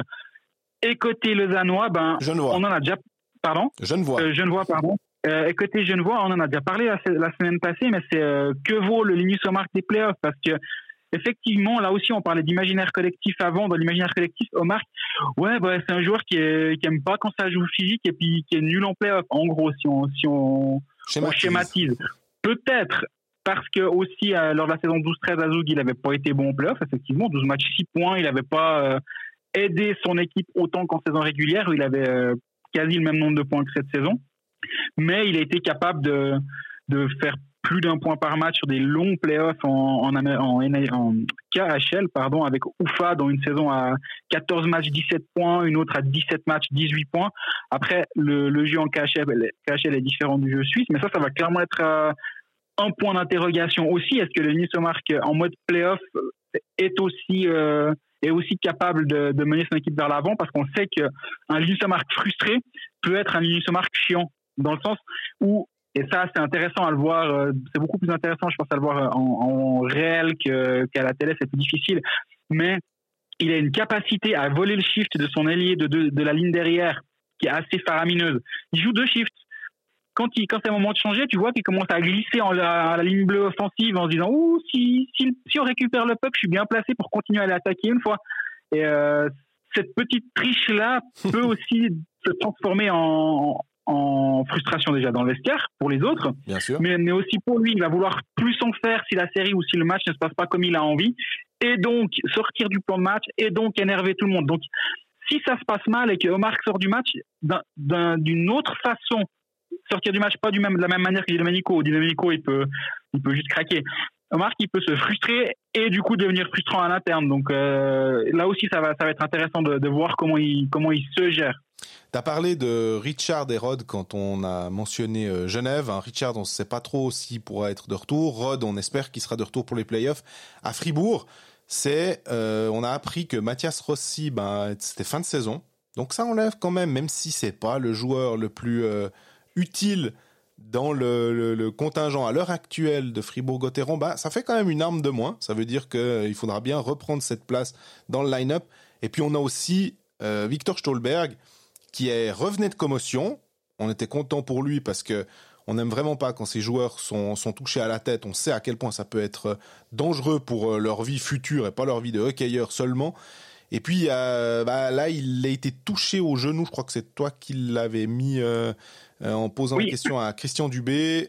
Et côté lausannois, ben, on en a déjà, pardon, Genevois, euh, Genevois, pardon. Euh, et côté Genevois, on en a déjà parlé la, la semaine passée, mais c'est euh, que vaut le Linus Omark des playoffs, parce que effectivement, là aussi, on parlait d'imaginaire collectif avant. Dans l'imaginaire collectif, Omark, ouais, bah, c'est un joueur qui, est, qui aime pas quand ça joue physique et puis qui est nul en playoff. En gros, si on, si on, schématise. on schématise. Peut-être parce que aussi, euh, lors de la saison douze treize à Zug, il avait pas été bon en playoff. Effectivement, douze matchs, six points. Il avait pas euh, aidé son équipe autant qu'en saison régulière, où il avait euh, quasi le même nombre de points que cette saison. Mais il a été capable de, de faire plus d'un point par match sur des longs playoffs en, en, en, en K H L, pardon, avec Ufa dans une saison à quatorze matchs, dix-sept points, une autre à dix-sept matchs, dix-huit points. Après, le, le jeu en K H L, K H L est différent du jeu suisse, mais ça, ça va clairement être euh, un point d'interrogation aussi. Est-ce que le Linus Omark en mode playoff est aussi, euh, est aussi capable de, de mener son équipe vers l'avant? Parce qu'on sait qu'un Linus Omark frustré peut être un Linus Omark chiant, dans le sens où, et ça c'est intéressant à le voir, c'est beaucoup plus intéressant je pense à le voir en, en réel que, qu'à la télé, c'est plus difficile, mais il a une capacité à voler le shift de son ailier de, de, de la ligne derrière qui est assez faramineuse. Il joue deux shifts. Quand, il, quand c'est le moment de changer, tu vois qu'il commence à glisser en la, à la ligne bleue offensive en se disant « Ouh, si, si, si on récupère le puck, je suis bien placé pour continuer à l'attaquer une fois. » Et euh, cette petite triche-là peut aussi se transformer en, en frustration déjà dans le vestiaire pour les autres, bien sûr. Mais, mais aussi pour lui. Il va vouloir plus en faire si la série ou si le match ne se passe pas comme il a envie, et donc sortir du plan de match, et donc énerver tout le monde. Donc, si ça se passe mal et que Omark sort du match d'un, d'un, d'une autre façon, sortir du match pas du même, de la même manière que Di Domenico. Di Domenico, il peut, il peut juste craquer. Omark, il peut se frustrer et du coup devenir frustrant à l'interne. Donc euh, là aussi, ça va, ça va être intéressant de, de voir comment il, comment il se gère. Tu as parlé de Richard et Rod quand on a mentionné euh, Genève. Hein, Richard, on ne sait pas trop s'il pourra être de retour. Rod, on espère qu'il sera de retour pour les playoffs. À Fribourg, c'est, euh, on a appris que Mathias Rossi, ben, c'était fin de saison. Donc ça enlève quand même, même si c'est pas le joueur le plus euh, utile dans le, le, le contingent à l'heure actuelle de Fribourg-Gotteron, bah, ça fait quand même une arme de moins. Ça veut dire qu'il euh, faudra bien reprendre cette place dans le line-up. Et puis on a aussi euh, Victor Stolberg qui est revenait de commotion. On était content pour lui parce que on n'aime vraiment pas quand ces joueurs sont, sont touchés à la tête. On sait à quel point ça peut être dangereux pour leur vie future et pas leur vie de hockeyeur seulement. Et puis euh, bah, là, il a été touché au genou. Je crois que c'est toi qui l'avais mis euh, en posant oui. la question à Christian Dubé.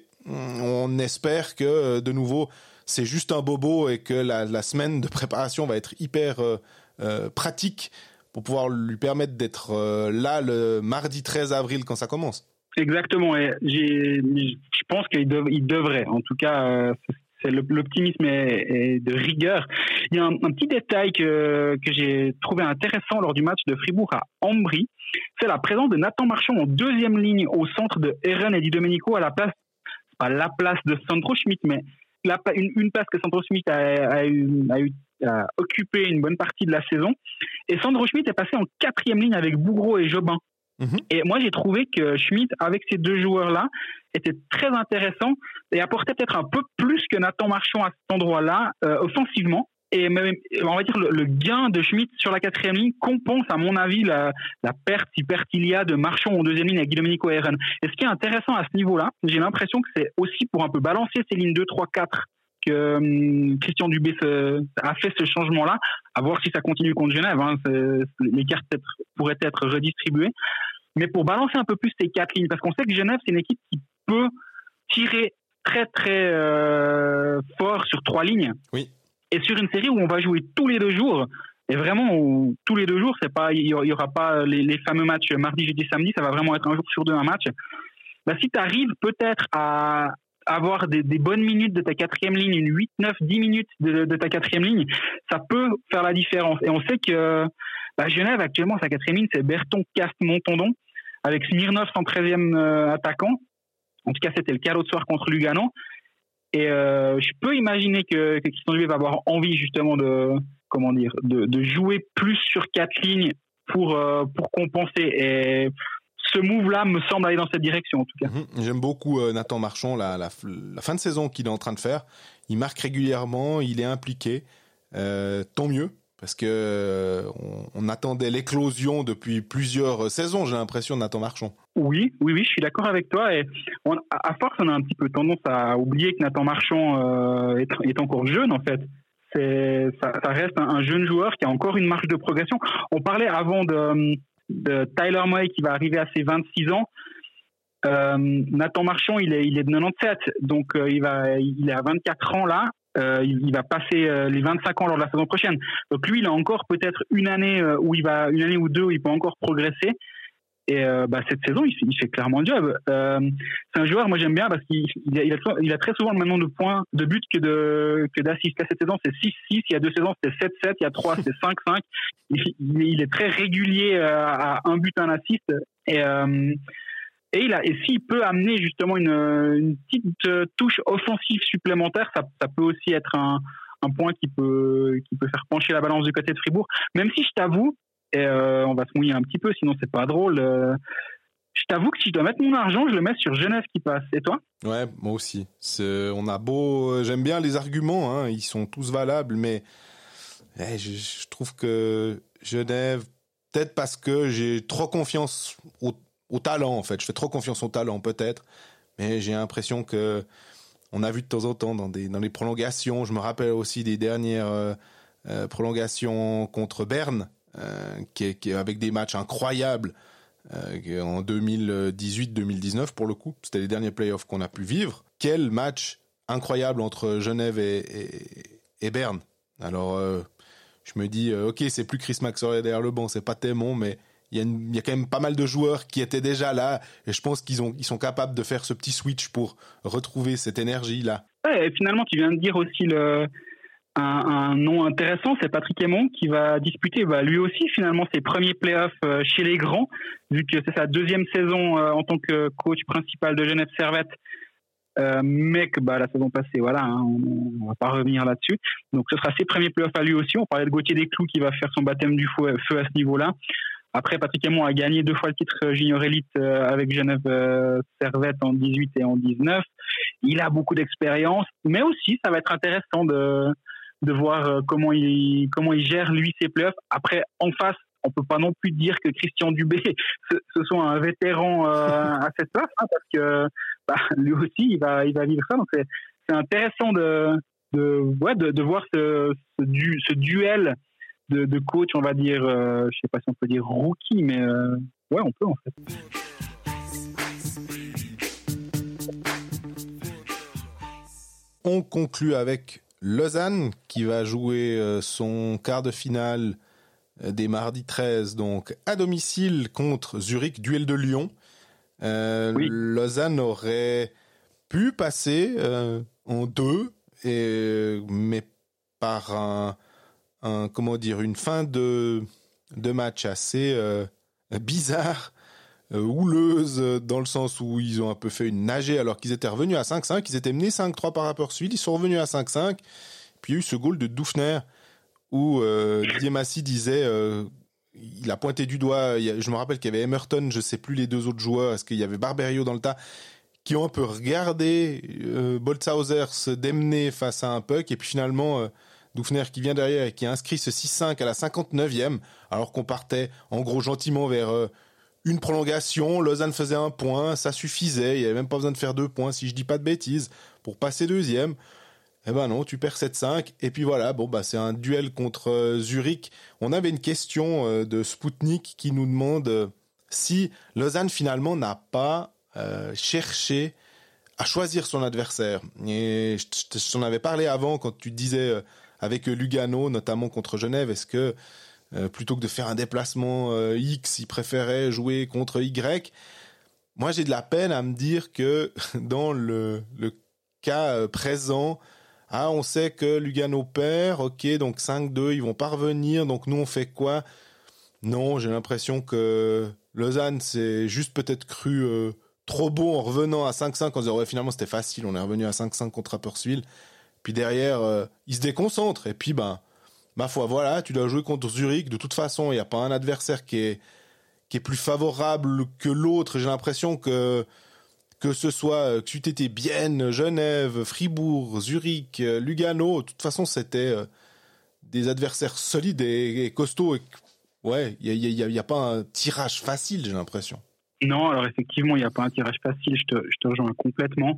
On espère que de nouveau, c'est juste un bobo et que la, la semaine de préparation va être hyper euh, euh, pratique pour pouvoir lui permettre d'être euh, là le mardi treize avril quand ça commence. Exactement. Et j'ai, je pense qu'il dev, il devrait. En tout cas, euh, c'est le, l'optimisme est, est de rigueur. Il y a un, un petit détail que, que j'ai trouvé intéressant lors du match de Fribourg à Ambry. C'est la présence de Nathan Marchand en deuxième ligne au centre de Eren et Di Domenico à la place, pas la place de Sandro Schmidt, mais la, une, une place que Sandro Schmidt a, a, eu, a, eu, a occupé une bonne partie de la saison. Et Sandro Schmidt est passé en quatrième ligne avec Bougreau et Jobin. Mmh. Et moi, j'ai trouvé que Schmidt, avec ces deux joueurs-là, était très intéressant et apportait peut-être un peu plus que Nathan Marchand à cet endroit-là, euh, offensivement. Et même, on va dire, le, le gain de Schmidt sur la quatrième ligne compense, à mon avis, la, la perte, si perte il y a, de Marchand en deuxième ligne avec Di Domenico et Eren. Et ce qui est intéressant à ce niveau-là, j'ai l'impression que c'est aussi pour un peu balancer ces lignes deux, trois, quatre que hum, Christian Dubé se, a fait ce changement-là. À voir si ça continue contre Genève. Hein, les cartes être, pourraient être redistribuées. Mais pour balancer un peu plus ces quatre lignes, parce qu'on sait que Genève, c'est une équipe qui peut tirer très très euh, fort sur trois lignes. Oui. Et sur une série où on va jouer tous les deux jours, et vraiment où, tous les deux jours, c'est pas, il y aura pas les, les fameux matchs mardi, jeudi, samedi, ça va vraiment être un jour sur deux un match. Bah, si tu arrives peut-être à avoir des, des bonnes minutes de ta quatrième ligne, une huit, neuf, dix minutes de, de ta quatrième ligne, ça peut faire la différence. Et on sait que bah, Genève, actuellement, sa quatrième ligne, c'est Berton, Cast, Montondon, avec Smirnov en treizième euh, attaquant. En tout cas, c'était le cas l'autre soir contre Lugano. Et euh, je peux imaginer que, que Christian Dubé va avoir envie justement de, comment dire, de, de jouer plus sur quatre lignes pour, euh, pour compenser. Et ce move-là me semble aller dans cette direction, en tout cas. Mmh, j'aime beaucoup euh, Nathan Marchand, la, la, la fin de saison qu'il est en train de faire. Il marque régulièrement, il est impliqué. Euh, tant mieux, parce que euh, on, on attendait l'éclosion depuis plusieurs saisons, j'ai l'impression, de Nathan Marchand. Oui, oui, oui, je suis d'accord avec toi. Et on, à force, on a un petit peu tendance à oublier que Nathan Marchand euh, est, est encore jeune, en fait. C'est, ça, ça reste un, un jeune joueur qui a encore une marge de progression. On parlait avant de, de Tyler Moy qui va arriver à ses vingt-six ans. Euh, Nathan Marchand, il est, il est de quatre-vingt-dix-sept, donc euh, il, va, il est à vingt-quatre ans là. Euh, il, il va passer euh, les vingt-cinq ans lors de la saison prochaine. Donc lui, il a encore peut-être une année euh, où il va, une année ou deux où il peut encore progresser. Et euh, bah, cette saison, il fait, il fait clairement le job. Euh, c'est un joueur, moi j'aime bien parce qu'il il a, il a, il a très souvent le même nombre de points, de buts que, de, que d'assists. Cette saison, c'est six six. Il y a deux saisons, c'était sept sept. Il y a trois, c'est cinq cinq. Il, il est très régulier euh, à un but, un assist. Et, euh, et, il a, et s'il peut amener justement une, une petite touche offensive supplémentaire, ça, ça peut aussi être un, un point qui peut, qui peut faire pencher la balance du côté de Fribourg. Même si je t'avoue, et euh, on va se mouiller un petit peu, sinon c'est pas drôle. Euh, je t'avoue que si je dois mettre mon argent, je le mets sur Genève qui passe. Et toi ? Ouais, moi aussi. C'est, on a beau, j'aime bien les arguments, hein, ils sont tous valables, mais eh, je, je trouve que Genève, peut-être parce que j'ai trop confiance au, au talent, en fait. Je fais trop confiance au talent, peut-être, mais j'ai l'impression que on a vu de temps en temps dans des dans les prolongations. Je me rappelle aussi des dernières euh, euh, prolongations contre Berne. Euh, qui, est, qui est avec des matchs incroyables euh, en deux mille dix-huit deux mille dix-neuf pour le coup. C'était les derniers playoffs qu'on a pu vivre. Quel match incroyable entre Genève et, et, et Berne. Alors, euh, je me dis, euh, ok, c'est plus Chris Maxwell derrière le banc, c'est pas Témon, mais il y, a une, il y a quand même pas mal de joueurs qui étaient déjà là et je pense qu'ils ont, ils sont capables de faire ce petit switch pour retrouver cette énergie-là. Ouais, et finalement, tu viens de dire aussi le... Un, un nom intéressant, c'est Patrick Aymon qui va disputer bah, lui aussi finalement ses premiers playoffs euh, chez les grands, vu que c'est sa deuxième saison euh, en tant que coach principal de Genève Servette, euh, mais que bah, la saison passée, voilà, hein, on ne va pas revenir là-dessus. Donc ce sera ses premiers playoffs à lui aussi. On parlait de Gauthier Desclous qui va faire son baptême du feu, feu à ce niveau-là. Après, Patrick Aymon a gagné deux fois le titre junior élite euh, avec Genève euh, Servette en dix-huit et en dix-neuf. Il a beaucoup d'expérience, mais aussi ça va être intéressant de de voir euh, comment il comment il gère lui ses playoffs. Après, en face, on peut pas non plus dire que Christian Dubé ce, ce soit un vétéran euh, à cette place, hein, parce que bah, lui aussi il va il va vivre ça. Donc c'est c'est intéressant de de ouais de, de voir ce ce, du, ce duel de, de coach, on va dire, euh, je sais pas si on peut dire rookie, mais euh, ouais, on peut en fait. On conclut avec Lausanne qui va jouer son quart de finale des mardis treize, donc à domicile contre Zurich, duel de Lyon. Euh, oui. Lausanne aurait pu passer euh, en deux, et, mais par un, un comment dire une fin de de match assez euh, bizarre. Euh, houleuse dans le sens où ils ont un peu fait une nagée alors qu'ils étaient revenus à cinq cinq, ils étaient menés cinq trois par aperçu, ils sont revenus à cinq cinq, puis il y a eu ce goal de Dufner où euh, Didier Massy disait euh, il a pointé du doigt, il y a, je me rappelle qu'il y avait Emerton, je sais plus les deux autres joueurs, est-ce qu'il y avait Barberio dans le tas, qui ont un peu regardé euh, Boltzhauser se démener face à un puck, et puis finalement euh, Dufner qui vient derrière et qui a inscrit ce six cinq à la cinquante-neuvième, alors qu'on partait en gros gentiment vers euh, une prolongation, Lausanne faisait un point, ça suffisait, il n'y avait même pas besoin de faire deux points, si je dis pas de bêtises, pour passer deuxième. Eh ben non, tu perds sept cinq. Et puis voilà, bon bah c'est un duel contre euh, Zurich. On avait une question euh, de Spoutnik qui nous demande euh, si Lausanne finalement n'a pas euh, cherché à choisir son adversaire. Et je, je, je t'en avais parlé avant quand tu disais euh, avec Lugano, notamment contre Genève, est-ce que euh, plutôt que de faire un déplacement euh, X, il préférait jouer contre Y. Moi j'ai de la peine à me dire que dans le, le cas euh, présent, ah, on sait que Lugano perd, ok, donc cinq deux, ils vont pas revenir, donc nous on fait quoi? Non, j'ai l'impression que Lausanne s'est juste peut-être cru euh, trop beau en revenant à cinq cinq, en disant ouais, finalement c'était facile, on est revenu à cinq cinq contre Rapperswil, puis derrière, euh, ils se déconcentrent, et puis ben, ma foi, voilà, tu dois jouer contre Zurich, de toute façon, il n'y a pas un adversaire qui est, qui est plus favorable que l'autre, j'ai l'impression que que ce soit que tu étais Bienne, Genève, Fribourg, Zurich, Lugano, de toute façon c'était euh, des adversaires solides et, et costauds. Et, ouais, il y a, y a, y a pas un tirage facile, j'ai l'impression. Non, alors effectivement, il n'y a pas un tirage facile, je te, je te rejoins complètement.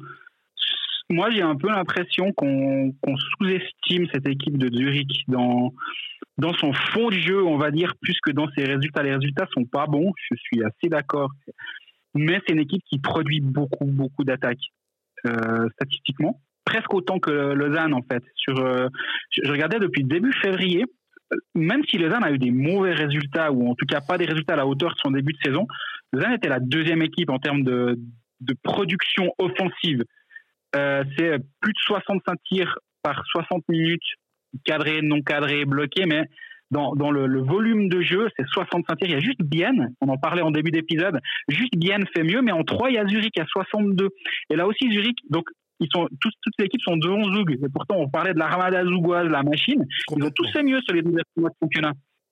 Moi, j'ai un peu l'impression qu'on, qu'on sous-estime cette équipe de Zurich dans, dans son fond de jeu, on va dire, plus que dans ses résultats. Les résultats sont pas bons, je suis assez d'accord. Mais c'est une équipe qui produit beaucoup, beaucoup d'attaques euh, statistiquement, presque autant que Lausanne en fait. Sur, euh, je regardais depuis début février, même si Lausanne a eu des mauvais résultats, ou en tout cas pas des résultats à la hauteur de son début de saison, Lausanne était la deuxième équipe en termes de, de production offensive. Euh, c'est plus de soixante-cinq tirs par soixante minutes, cadrés, non cadrés, bloqués, mais Dans, dans le, le volume de jeu, c'est soixante-cinq tirs. Il y a juste Bienne, on en parlait en début d'épisode, juste Bienne fait mieux, mais en trois, il y a Zurich à soixante-deux. Et là aussi, Zurich, donc, ils sont, tous, toutes les équipes sont devant Zug. Et pourtant, on parlait de la Ramada Zougoise, la machine. Ils ont tous fait mieux sur les deux mois de championnat.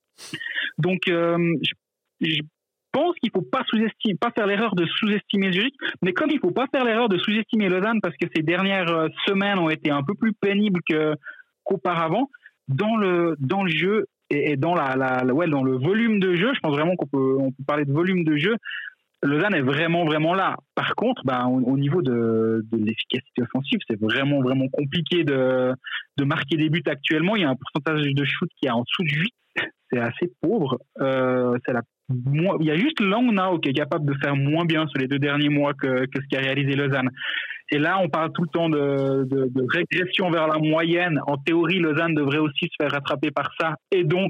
Donc, euh, je, je pense qu'il ne faut pas sous-estimer, pas faire l'erreur de sous-estimer Zurich, mais comme il ne faut pas faire l'erreur de sous-estimer Lausanne parce que ces dernières semaines ont été un peu plus pénibles que, qu'auparavant, dans le, dans le jeu, et dans la, la, la ouais dans le volume de jeu, je pense vraiment qu'on peut on peut parler de volume de jeu. Lausanne est vraiment vraiment là. Par contre, ben au, au niveau de, de l'efficacité offensive, c'est vraiment vraiment compliqué de de marquer des buts actuellement. Il y a un pourcentage de shoot qui est en dessous de huit, c'est assez pauvre. Euh, c'est la moins, il y a juste Langnau qui est capable de faire moins bien sur les deux derniers mois que que ce qu'a réalisé Lausanne. Et là, on parle tout le temps de, de, de régression vers la moyenne. En théorie, Lausanne devrait aussi se faire rattraper par ça. Et donc,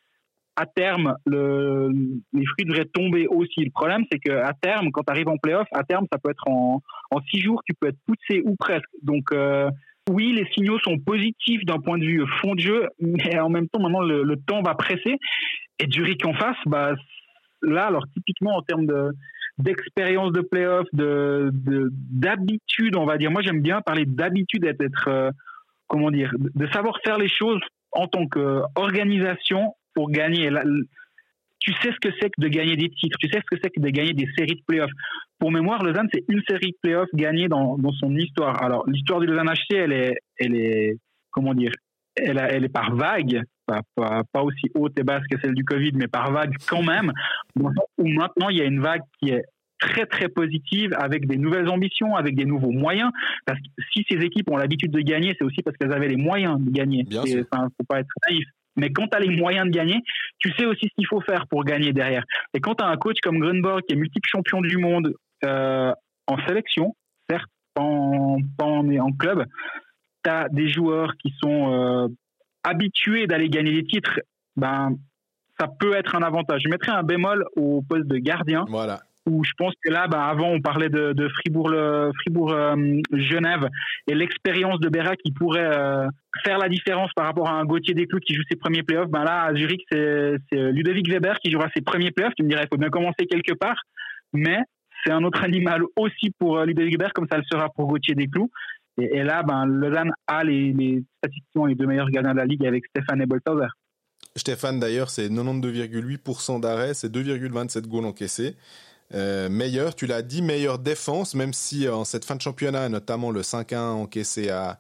à terme, le, les fruits devraient tomber aussi. Le problème, c'est qu'à terme, quand tu arrives en play-off, à terme, ça peut être en, en six jours, tu peux être poussé ou presque. Donc, euh, oui, les signaux sont positifs d'un point de vue fond de jeu, mais en même temps, maintenant, le, le temps va presser. Et Zurich en face, bah, là, alors typiquement en termes de d'expérience de play-off, de, de d'habitude, on va dire. Moi, j'aime bien parler d'habitude, d'être, euh, comment dire, de savoir faire les choses en tant qu'organisation pour gagner. Là, tu sais ce que c'est que de gagner des titres, tu sais ce que c'est que de gagner des séries de play-off. Pour mémoire, Lausanne, c'est une série de play-off gagnée dans, dans son histoire. Alors, l'histoire du Lausanne H C, elle est, elle est, comment dire, elle, a, elle est par vague. Pas, pas, pas aussi haute et basse que celle du Covid, mais par vague quand même, où maintenant il y a une vague qui est très très positive avec des nouvelles ambitions, avec des nouveaux moyens, parce que si ces équipes ont l'habitude de gagner, c'est aussi parce qu'elles avaient les moyens de gagner. Il ne faut pas être naïf. Mais quand tu as les moyens de gagner, tu sais aussi ce qu'il faut faire pour gagner derrière. Et quand tu as un coach comme Grunborg qui est multiple champion du monde euh, en sélection, certes, pas en, pas en, en club, tu as des joueurs qui sont euh, habitués d'aller gagner des titres, ben, ça peut être un avantage. Je mettrais un bémol au poste de gardien. Voilà. Où je pense que là, ben, avant, on parlait de, de Fribourg, le, Fribourg euh, Genève et l'expérience de Berra qui pourrait euh, faire la différence par rapport à un Gauthier Desclous qui joue ses premiers playoffs. Ben là, à Zurich, c'est, c'est Ludovic Weber qui jouera ses premiers playoffs. Tu me dirais, il faut bien commencer quelque part. Mais c'est un autre animal aussi pour euh, Ludovic Weber, comme ça le sera pour Gauthier Desclous. Et, et là, ben, Lausanne a les, les, statistiquement les deux meilleurs gardiens de la ligue avec Stéphane Ebolthauser. Stéphane, d'ailleurs, c'est quatre-vingt-douze virgule huit pour cent d'arrêt, c'est deux virgule vingt-sept goals encaissés. Euh, meilleur, tu l'as dit, meilleure défense, même si en cette fin de championnat, notamment le cinq un encaissé à,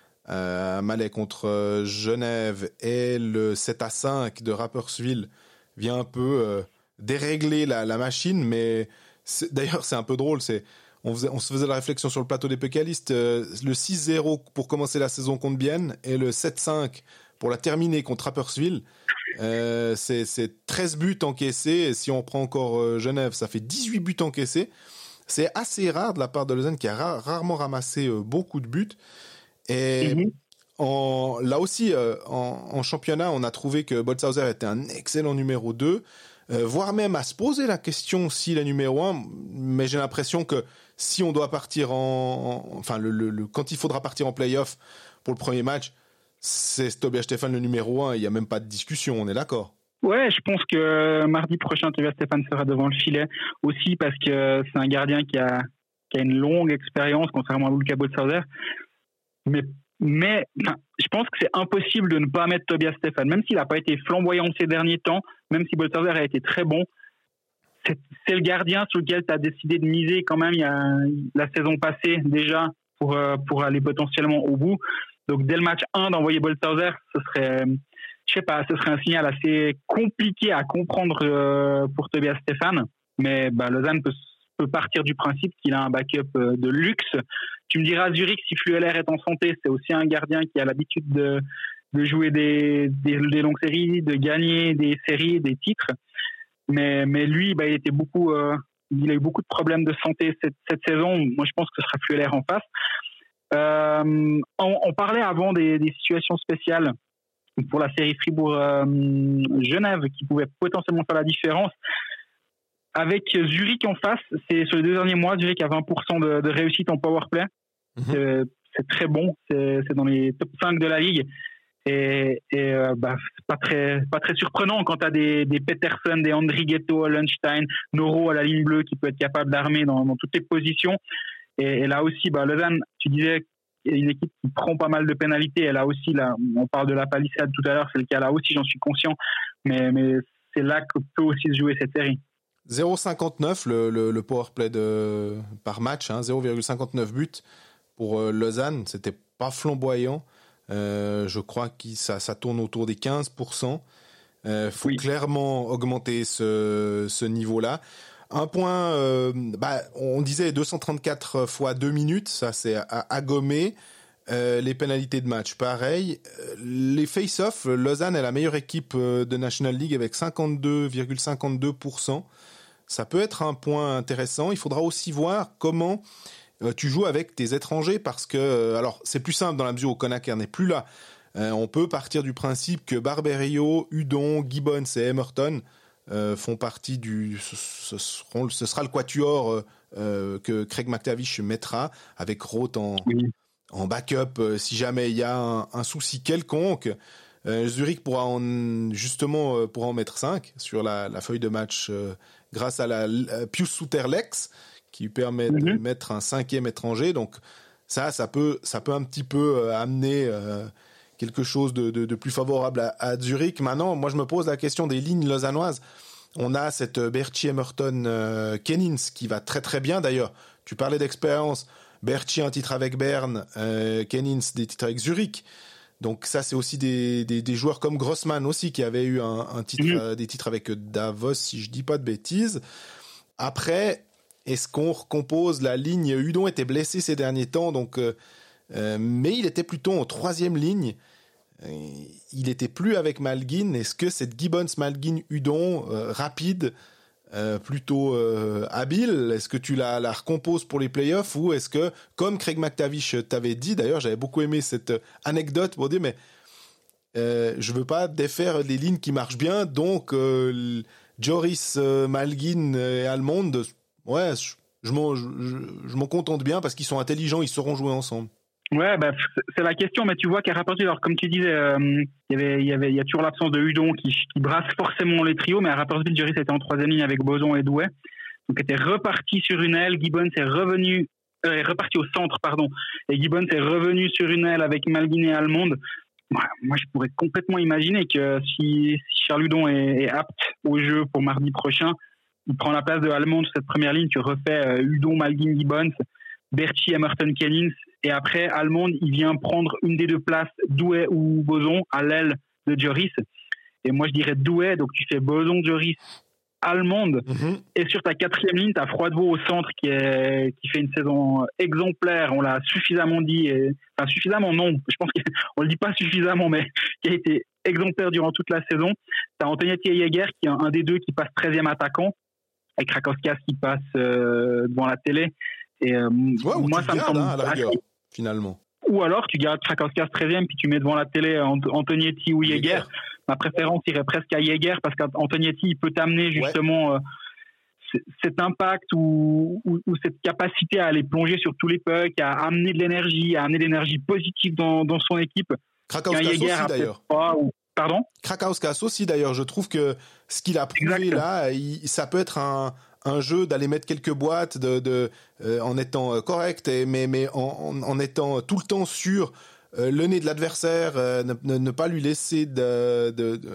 à Malais contre Genève et le sept à cinq de Rapperswil vient un peu euh, dérégler la, la machine, mais c'est, d'ailleurs c'est un peu drôle, c'est on, faisait, on se faisait la réflexion sur le plateau des pécalistes. Euh, le six zéro pour commencer la saison contre Bienne et le sept cinq pour la terminer contre Rapperswil. Euh, c'est, c'est treize buts encaissés. Et si on prend encore euh, Genève, ça fait dix-huit buts encaissés. C'est assez rare de la part de Lausanne qui a ra- rarement ramassé euh, beaucoup de buts. Et mm-hmm. en, là aussi, euh, en, en championnat, on a trouvé que Bolshauser était un excellent numéro deux. Euh, voire même à se poser la question si la numéro un, mais j'ai l'impression que si on doit partir en, en enfin le, le, le, quand il faudra partir en play-off pour le premier match, c'est Tobias Stephan le numéro un, il n'y a même pas de discussion, on est d'accord? Ouais, je pense que mardi prochain, Tobias Stephan sera devant le filet aussi parce que c'est un gardien qui a, qui a une longue expérience, contrairement à Luka Bolshauser. Mais Mais enfin, je pense que c'est impossible de ne pas mettre Tobias Stephan, même s'il n'a pas été flamboyant ces derniers temps, même si Bolshauser a été très bon. C'est, c'est le gardien sur lequel tu as décidé de miser quand même il y a la saison passée déjà pour, euh, pour aller potentiellement au bout. Donc dès le match un d'envoyer Bolshauser, ce serait, je sais pas, ce serait un signal assez compliqué à comprendre euh, pour Tobias Stephan. Mais bah, Lausanne peut, peut partir du principe qu'il a un backup euh, de luxe. Tu me diras, Zurich, si Flueller est en santé, c'est aussi un gardien qui a l'habitude de, de jouer des, des, des longues séries, de gagner des séries, des titres. Mais, mais lui, bah, il était beaucoup, euh, il a eu beaucoup de problèmes de santé cette, cette saison. Moi, je pense que ce sera Flueller en face. Euh, on, on parlait avant des, des situations spéciales pour la série Fribourg-Genève euh, qui pouvaient potentiellement faire la différence. Avec Zurich en face, c'est sur les deux derniers mois, Zurich a vingt pour cent de, de réussite en powerplay. Mmh. C'est, c'est très bon, c'est, c'est dans les top cinq de la ligue. Et, et euh, bah, c'est pas très, pas très surprenant quand tu as des, des Peterson, des Andrighetto, Lunstein, Noro à la ligne bleue qui peut être capable d'armer dans, dans toutes les positions. Et, et là aussi, bah, Lausanne, tu disais, il y a une équipe qui prend pas mal de pénalités. Et là aussi, là, on parle de la palissade tout à l'heure, c'est le cas là aussi, j'en suis conscient. Mais, mais c'est là que peut aussi se jouer cette série. zéro virgule cinquante-neuf le, le, le powerplay de, par match, hein, zéro virgule cinquante-neuf buts pour euh, Lausanne, c'était pas flamboyant. Euh, je crois que ça, ça tourne autour des quinze pour cent. Il euh, faut oui. clairement augmenter ce, ce niveau-là. Un point, euh, bah, on disait deux cent trente-quatre fois deux minutes, ça c'est à, à gommer. Euh, les pénalités de match, pareil. Euh, les face-off, Lausanne est la meilleure équipe de National League avec cinquante-deux virgule cinquante-deux pour cent. Ça peut être un point intéressant. Il faudra aussi voir comment euh, tu joues avec tes étrangers parce que, euh, alors c'est plus simple dans la mesure où Conacher n'est plus là. Euh, on peut partir du principe que Barberio, Hudon, Gibbons et Emerton euh, font partie du, ce, ce, seront, ce sera le quatuor euh, que Craig McTavish mettra avec Roth en, oui. en backup euh, si jamais il y a un, un souci quelconque. Euh, Zurich pourra en, justement euh, pourra en mettre cinq sur la, la feuille de match euh, grâce à la euh, Pius Suterlex qui permet mm-hmm. de mettre un cinquième étranger. Donc ça, ça peut, ça peut un petit peu euh, amener euh, quelque chose de, de, de plus favorable à, à Zurich. Maintenant, moi je me pose la question des lignes lausannoises. On a cette Berchi Emerton euh, Kennins qui va très très bien d'ailleurs. Tu parlais d'expérience. Berchi un titre avec Berne, euh, Kennins des titres avec Zurich. Donc ça, c'est aussi des, des, des joueurs comme Grossman aussi qui avaient eu un, un titre, mmh. euh, des titres avec Davos, si je dis pas de bêtises. Après, est-ce qu'on recompose la ligne? Hudon était blessé ces derniers temps, donc euh, euh, mais il était plutôt en troisième ligne. Euh, il était plus avec Malguin. Est-ce que cette Gibbons, Malguin, Hudon euh, rapide, euh, plutôt euh, habile, est-ce que tu la, la recomposes pour les playoffs ou est-ce que, comme Craig McTavish t'avait dit, d'ailleurs j'avais beaucoup aimé cette anecdote pour dire mais euh, je veux pas défaire les lignes qui marchent bien, donc euh, Joris, euh, Malguin et Almond, ouais, je, je, m'en, je, je m'en contente bien parce qu'ils sont intelligents, ils sauront jouer ensemble. Ouais, bah, c'est la question, mais tu vois qu'à Rapperswil, alors comme tu disais, euh, il y avait, il y avait, il y a toujours l'absence de Hudon qui, qui brasse forcément les trios, mais à Rapperswil, Juris était en troisième ligne avec Boson et Douai, donc était reparti sur une aile. Gibbons est revenu, euh, est reparti au centre, pardon, et Gibbons est revenu sur une aile avec Malguin et Almond. Ouais, moi, je pourrais complètement imaginer que si, si Charles Hudon est, est apte au jeu pour mardi prochain, il prend la place de Almond sur cette première ligne. Tu refais euh, Hudon, Malguin, Gibbons, Berchi, Emerton, Kennins, et après Almond il vient prendre une des deux places, Douai ou Boson à l'aile de Joris. Et moi je dirais Douai, donc tu fais Boson, Joris allemande. Mm-hmm. Et sur ta quatrième ligne, tu as Froidevaux au centre qui, est, qui fait une saison exemplaire. On l'a suffisamment dit. Et, enfin, suffisamment, non. Je pense qu'on ne le dit pas suffisamment, mais qui a été exemplaire durant toute la saison. Tu as Antonietti et Jäger qui est un des deux qui passe treizième attaquant. Et Krakauskas qui passe euh, devant la télé. Et euh, ouais, moi, ça me semble hein, à la rigueur, assez... finalement. Ou alors, tu gardes Krakauskas treizième, puis tu mets devant la télé Antonietti ou Jäger. Jäger. Ma préférence irait presque à Jäger, parce qu'Antonietti, il peut t'amener justement ouais. euh, cet impact ou, ou, ou cette capacité à aller plonger sur tous les pucks, à amener de l'énergie, à amener de l'énergie positive dans, dans son équipe. Krakauskas aussi, d'ailleurs. Pas, ou... Pardon ? Krakauskas aussi, d'ailleurs. Je trouve que ce qu'il a prouvé Exactement. là, il, ça peut être un... un jeu d'aller mettre quelques boîtes de, de, euh, en étant correct, et, mais, mais en, en étant tout le temps sur euh, le nez de l'adversaire, euh, ne, ne, ne pas lui laisser de, de, de,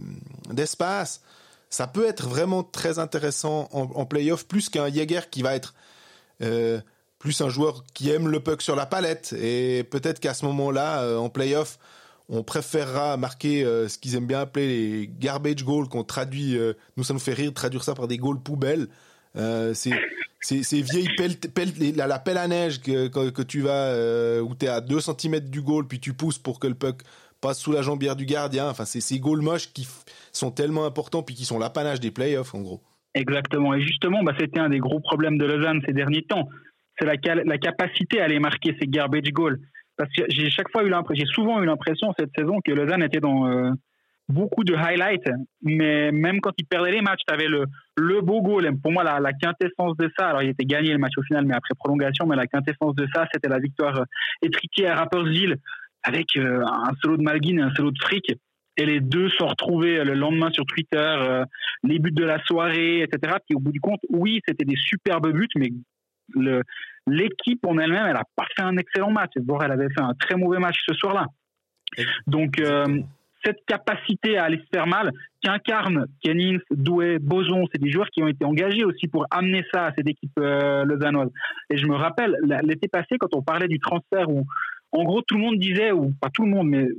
d'espace. Ça peut être vraiment très intéressant en, en play-off, plus qu'un Jäger qui va être euh, plus un joueur qui aime le puck sur la palette. Et peut-être qu'à ce moment-là, euh, en play-off, on préférera marquer euh, ce qu'ils aiment bien appeler les garbage goals, qu'on traduit, euh, nous ça nous fait rire de traduire ça par des goals poubelles. Euh, c'est, c'est, c'est vieilles pelles, pelles, la, la pelle à neige que, que, que tu vas, euh, où tu es à deux centimètres du goal, puis tu pousses pour que le puck passe sous la jambière du gardien. Enfin, c'est ces goals moches qui f- sont tellement importants, puis qui sont l'apanage des playoffs, en gros. Exactement. Et justement, bah, c'était un des gros problèmes de Lausanne ces derniers temps. C'est la, cal- la capacité à aller marquer ces garbage goals. Parce que j'ai chaque fois eu l'impression, j'ai souvent eu l'impression cette saison que Lausanne était dans euh, beaucoup de highlights, mais même quand ils perdaient les matchs, tu avais le, le beau goal. Pour moi, la, la quintessence de ça, alors il était gagné le match au final, mais après prolongation, mais la quintessence de ça, c'était la victoire étriquée à Rapperswil avec euh, un solo de Malgin et un solo de Frick. Et les deux sont retrouvés le lendemain sur Twitter, euh, les buts de la soirée, et cetera. Puis au bout du compte, oui, c'était des superbes buts, mais le, l'équipe en elle-même, elle n'a pas fait un excellent match. Bon, elle avait fait un très mauvais match ce soir-là. Donc, euh, cette capacité à aller se faire mal, qu'incarnent Kennings, Douai, Boson, c'est des joueurs qui ont été engagés aussi pour amener ça à cette équipe euh, lausannoise. Et je me rappelle, l'été passé, quand on parlait du transfert, où en gros, tout le monde disait, ou pas tout le monde, mais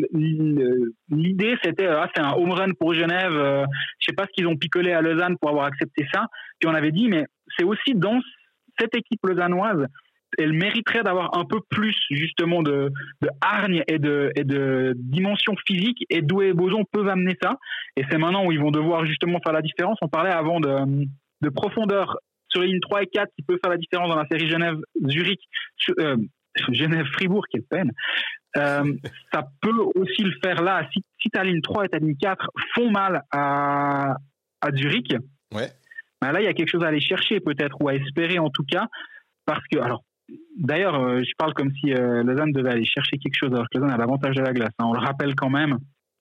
l'idée, c'était, ah, c'est un home run pour Genève, euh, je sais pas ce qu'ils ont picolé à Lausanne pour avoir accepté ça. Puis on avait dit, mais c'est aussi dans cette équipe lausannoise, elle mériterait d'avoir un peu plus justement de, de hargne et de, et de dimension physique, et Douai et Boson peuvent amener ça, et c'est maintenant où ils vont devoir justement faire la différence. On parlait avant de, de profondeur sur les lignes trois et quatre qui peut faire la différence dans la série Genève-Zurich, euh, Genève-Fribourg, quelle peine. Euh, ça peut aussi le faire là. Si, si ta ligne trois et ta ligne quatre font mal à, à Zurich, ouais. ben là il y a quelque chose à aller chercher peut-être, ou à espérer en tout cas, parce que, alors d'ailleurs euh, je parle comme si euh, Lausanne devait aller chercher quelque chose, alors que Lausanne a l'avantage de la glace, hein, on le rappelle quand même,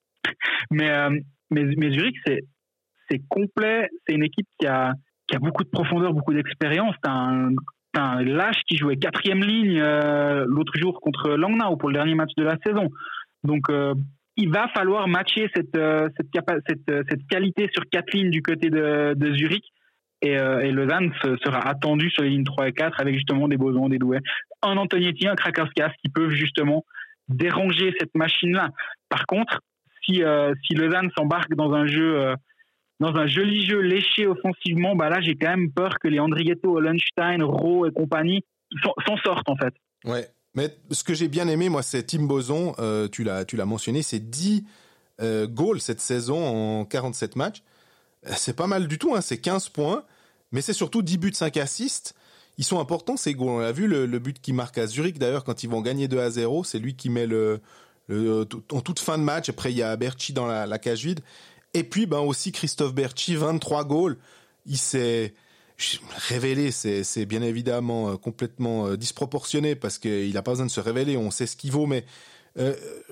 mais, euh, mais, mais Zurich c'est, c'est complet, c'est une équipe qui a, qui a beaucoup de profondeur, beaucoup d'expérience. T'as un, t'as un lâche qui jouait quatrième ligne euh, l'autre jour contre Langnau pour le dernier match de la saison, donc euh, il va falloir matcher cette, euh, cette, capa- cette, euh, cette qualité sur quatre lignes du côté de, de Zurich. Et, euh, et Lausanne se, sera attendu sur les lignes trois et quatre avec justement des Bosons, des Douai, un Antonietti, un Krakauskas qui peuvent justement déranger cette machine-là. Par contre, si, euh, si Lausanne s'embarque dans un jeu, euh, dans un joli jeu léché offensivement, bah là j'ai quand même peur que les Andrigetto, Hollenstein, Rowe et compagnie s'en, s'en sortent en fait. Ouais, mais ce que j'ai bien aimé, moi, c'est Tim Boson, euh, tu l'as, tu l'as mentionné, c'est dix euh, goals cette saison en quarante-sept matchs. C'est pas mal du tout, hein, c'est quinze points, mais c'est surtout dix buts, cinq assists. Ils sont importants, ces goals. On a vu le, le but qu'il marque à Zurich, d'ailleurs, quand ils vont gagner deux à zéro. C'est lui qui met le, le en toute fin de match. Après, il y a Berchi dans la, la cage vide. Et puis, ben aussi, Christophe Berchi, vingt-trois goals. Il s'est révélé. C'est, c'est bien évidemment complètement disproportionné parce qu'il n'a pas besoin de se révéler. On sait ce qu'il vaut. Mais euh,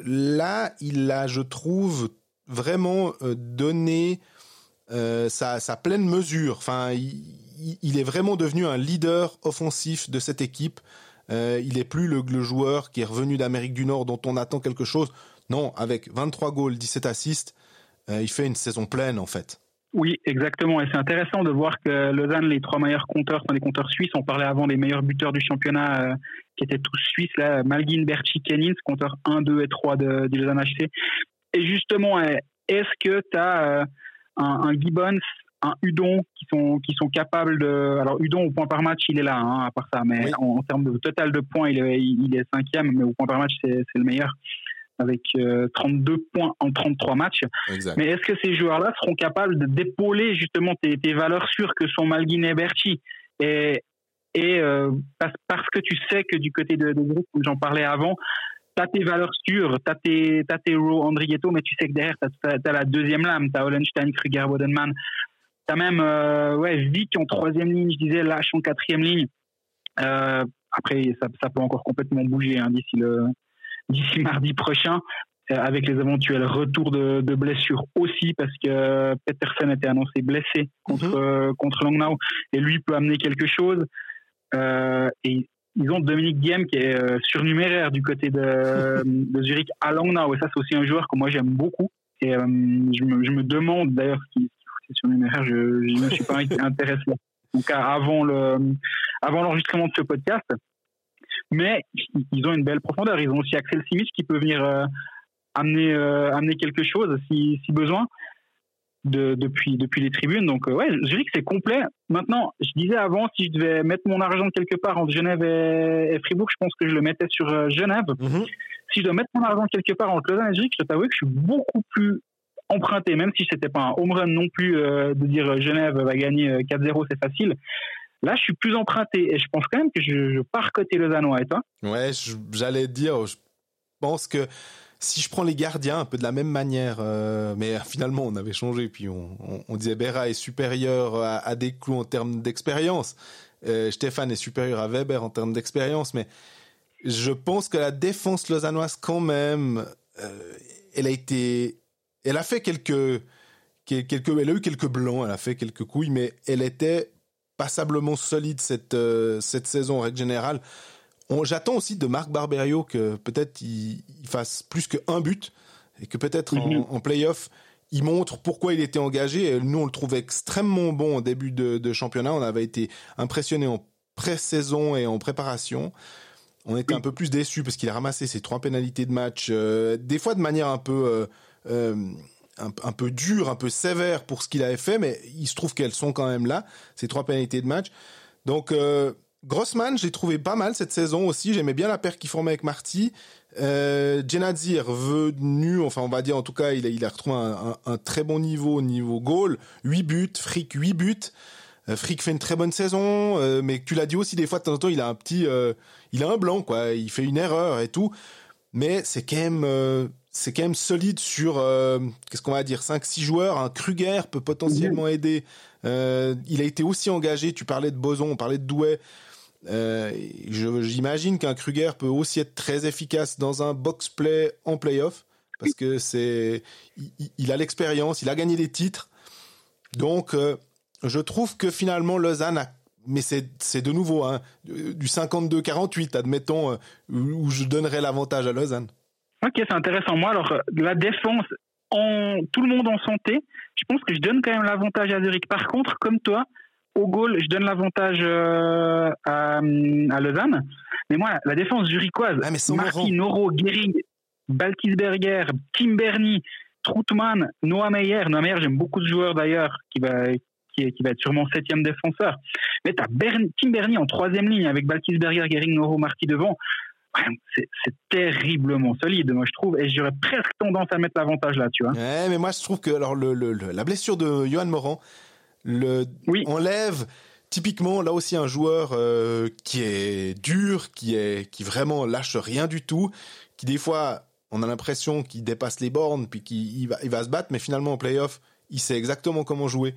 là, il a, je trouve, vraiment euh, donné... Euh, sa, sa pleine mesure. Enfin, il, il est vraiment devenu un leader offensif de cette équipe. Euh, il est plus le, le joueur qui est revenu d'Amérique du Nord dont on attend quelque chose. Non, avec vingt-trois goals, dix-sept assists, euh, il fait une saison pleine en fait. Oui, exactement. Et c'est intéressant de voir que Lausanne, les trois meilleurs compteurs sont des compteurs suisses. On parlait avant des meilleurs buteurs du championnat euh, qui étaient tous suisses. Là, Malgin, Berchi, Kennings, compteurs un, deux et trois de, de Lausanne H C. Et justement, est-ce que tu as... Euh, Un, un Gibbons, un Udon qui sont qui sont capables de. Alors Udon au point par match, il est là, hein, à part ça, mais oui. en, en termes de total de points, il est il est cinquième, mais au point par match, c'est c'est le meilleur avec euh, trente-deux points en trente-trois matchs. Exact. Mais est-ce que ces joueurs-là seront capables de d'épauler justement tes, tes valeurs sûres que sont Malguin et Berchi et et euh, parce, parce que tu sais que du côté de, de groupe, comme j'en parlais avant, t'as tes valeurs sûres, t'as tes t'as tes Ro Andrigetto, mais tu sais que derrière t'as, t'as, t'as la deuxième lame, t'as Hollenstein, Kruger, Bodenman, t'as même euh, ouais Vic en troisième ligne, je disais Lâche en quatrième ligne. Euh, après ça ça peut encore complètement bouger hein, d'ici le d'ici mardi prochain, euh, avec les éventuels retours de, de blessures aussi, parce que Petersen était annoncé blessé contre, mm-hmm. euh, contre Langnau, et lui peut amener quelque chose. Euh, et ils ont Dominique Diem qui est euh, surnuméraire du côté de, de Zurich à Langnau, et ça c'est aussi un joueur que moi j'aime beaucoup. Et euh, je, me, je me demande d'ailleurs ce qui est surnuméraire, je ne me suis pas intéressé. Donc avant, le, avant l'enregistrement de ce podcast. Mais ils ont une belle profondeur. Ils ont aussi Axel Simic qui peut venir euh, amener, euh, amener quelque chose si, si besoin de, depuis, depuis les tribunes. Donc, euh, ouais, Zurich, c'est complet. Maintenant, je disais avant, si je devais mettre mon argent quelque part entre Genève et, et Fribourg, je pense que je le mettais sur euh, Genève. Mm-hmm. Si je dois mettre mon argent quelque part entre Lausanne et Zurich, je t'avoue que je suis beaucoup plus emprunté, même si c'était pas un home run non plus euh, de dire Genève va gagner quatre zéro, c'est facile. Là, je suis plus emprunté et je pense quand même que je, je pars côté lausannois. Et toi ? Ouais, je, j'allais dire, je pense que si je prends les gardiens un peu de la même manière, euh, mais finalement on avait changé, puis on, on, on disait Berra est supérieur à, à Desclous en termes d'expérience, euh, Stéphane est supérieur à Weber en termes d'expérience, mais je pense que la défense lausannoise quand même, euh, elle a été, elle a fait quelques, quelques, elle a eu quelques blancs, elle a fait quelques couilles, mais elle était passablement solide cette, euh, cette saison en règle générale. On, j'attends aussi de Marc Barberio que peut-être il, il fasse plus qu'un but et que peut-être mm-hmm. en, en play-off, il montre pourquoi il était engagé. Et nous, on le trouvait extrêmement bon au début de, de championnat. On avait été impressionnés en pré-saison et en préparation. On était oui. un peu plus déçus parce qu'il a ramassé ses trois pénalités de match, euh, des fois de manière un peu... Euh, euh, Un, un peu dur, un peu sévère pour ce qu'il avait fait, mais il se trouve qu'elles sont quand même là, ces trois pénalités de match. Donc, euh, Grossman, j'ai trouvé pas mal cette saison aussi. J'aimais bien la paire qu'il formait avec Marty. Euh, Genadzi est revenu, enfin, on va dire, en tout cas, il a, il a retrouvé un, un, un très bon niveau, niveau goal. huit buts, Frick, huit buts. Euh, Frick fait une très bonne saison, euh, mais tu l'as dit aussi, des fois, de temps en temps, il a un petit, euh, il a un blanc, quoi. Il fait une erreur et tout. Mais c'est quand même, euh, c'est quand même solide sur, euh, qu'est-ce qu'on va dire, cinq six joueurs. Un Kruger peut potentiellement aider. Euh, il a été aussi engagé. Tu parlais de Boson, on parlait de Douai. Euh, je, j'imagine qu'un Kruger peut aussi être très efficace dans un box-play en play-off. Parce que c'est, il, il a l'expérience, il a gagné des titres. Donc, euh, je trouve que finalement, Lausanne a, mais c'est, c'est de nouveau, hein, du cinquante-deux quarante-huit, admettons, euh, où je donnerais l'avantage à Lausanne. Ok, c'est intéressant. Moi, alors, la défense, en, tout le monde en santé, je pense que je donne quand même l'avantage à Zurich. Par contre, comme toi, au goal, je donne l'avantage euh, à, à Lausanne. Mais moi, la défense zurichoise, ah, Marty, Noro, Gehring, Balkisberger, Tim Bernie, Troutman, Noah Meyer. Noah Meyer, j'aime beaucoup de joueurs d'ailleurs, qui va, qui, qui va être sûrement septième défenseur. Mais t'as Bern, Tim Bernie en troisième ligne avec Balkisberger, Gehring, Noro, Marty devant. C'est, c'est terriblement solide, moi je trouve, et j'aurais presque tendance à mettre l'avantage là, tu vois. Ouais, mais moi je trouve que alors le, le, le la blessure de Johan Morand le oui. enlève typiquement là aussi un joueur euh, qui est dur, qui est qui vraiment lâche rien du tout, qui des fois on a l'impression qu'il dépasse les bornes puis qu'il il va il va se battre, mais finalement en play-off il sait exactement comment jouer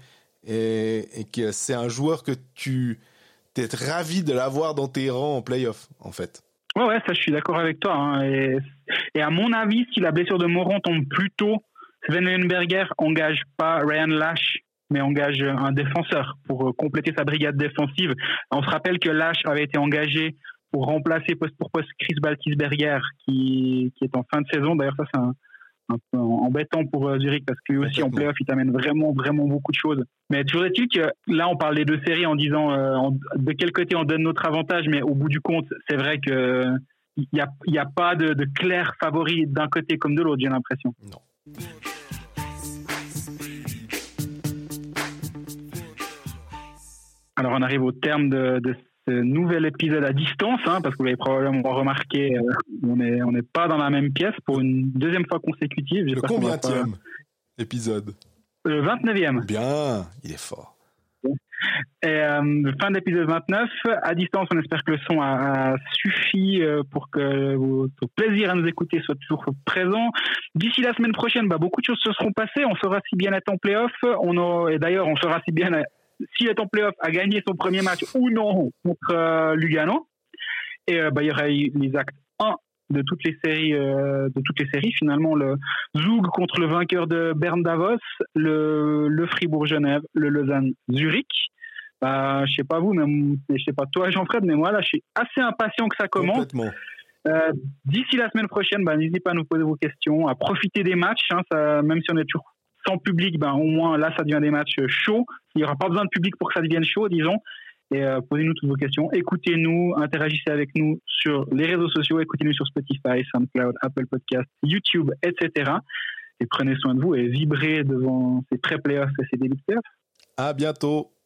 et, et que c'est un joueur que tu t'es ravi de l'avoir dans tes rangs en play-off en fait. Ouais, ouais, ça, je suis d'accord avec toi. Hein. Et, et à mon avis, si la blessure de Morand tombe plus tôt, Sven Leuenberger engage pas Ryan Lash, mais engage un défenseur pour compléter sa brigade défensive. On se rappelle que Lash avait été engagé pour remplacer poste pour poste Chris Balkisberger, qui, qui est en fin de saison. D'ailleurs, ça, c'est un, un peu embêtant pour Zurich parce que lui aussi en play-off il t'amène vraiment vraiment beaucoup de choses, mais toujours est-il que là on parle des deux séries en disant euh, en, de quel côté on donne notre avantage, mais au bout du compte c'est vrai que il y a, y a pas de, de clair favori d'un côté comme de l'autre, j'ai l'impression. Non. Alors on arrive au terme de, de ce nouvel épisode à distance, hein, parce que vous l'avez probablement remarqué, euh, on n'est on n'est pas dans la même pièce pour une deuxième fois consécutive. Le combienième pas... épisode? Le vingt-neuvième. Bien, il est fort. Et euh, fin de l'épisode vingt-neuf, à distance, on espère que le son a, a suffi euh, pour que votre plaisir à nous écouter soit toujours présent. D'ici la semaine prochaine, bah, beaucoup de choses se seront passées. On saura si bien être en play-off. On a, et d'ailleurs, on saura si bien si est en play-off a gagné son premier match ou non contre euh, Lugano. Et euh, bah, il y aura les actes un de toutes les séries, euh, de toutes les séries finalement, le Zug contre le vainqueur de Berne Davos, le, le Fribourg Genève, le Lausanne Zurich. Bah, je sais pas vous, mais je sais pas toi Jean-Fred, mais moi là je suis assez impatient que ça commence. Euh, d'ici la semaine prochaine, bah, n'hésitez pas à nous poser vos questions, à profiter des matchs, hein, ça, même si on est toujours sans public, bah, au moins là ça devient des matchs chauds. Il n'y aura pas besoin de public pour que ça devienne chaud, disons. Et euh, posez-nous toutes vos questions, écoutez-nous, interagissez avec nous sur les réseaux sociaux, écoutez-nous sur Spotify, SoundCloud, Apple Podcasts, YouTube, et cetera. Et prenez soin de vous et vibrez devant ces pré-playoffs et ces débuts de playoffs. À bientôt.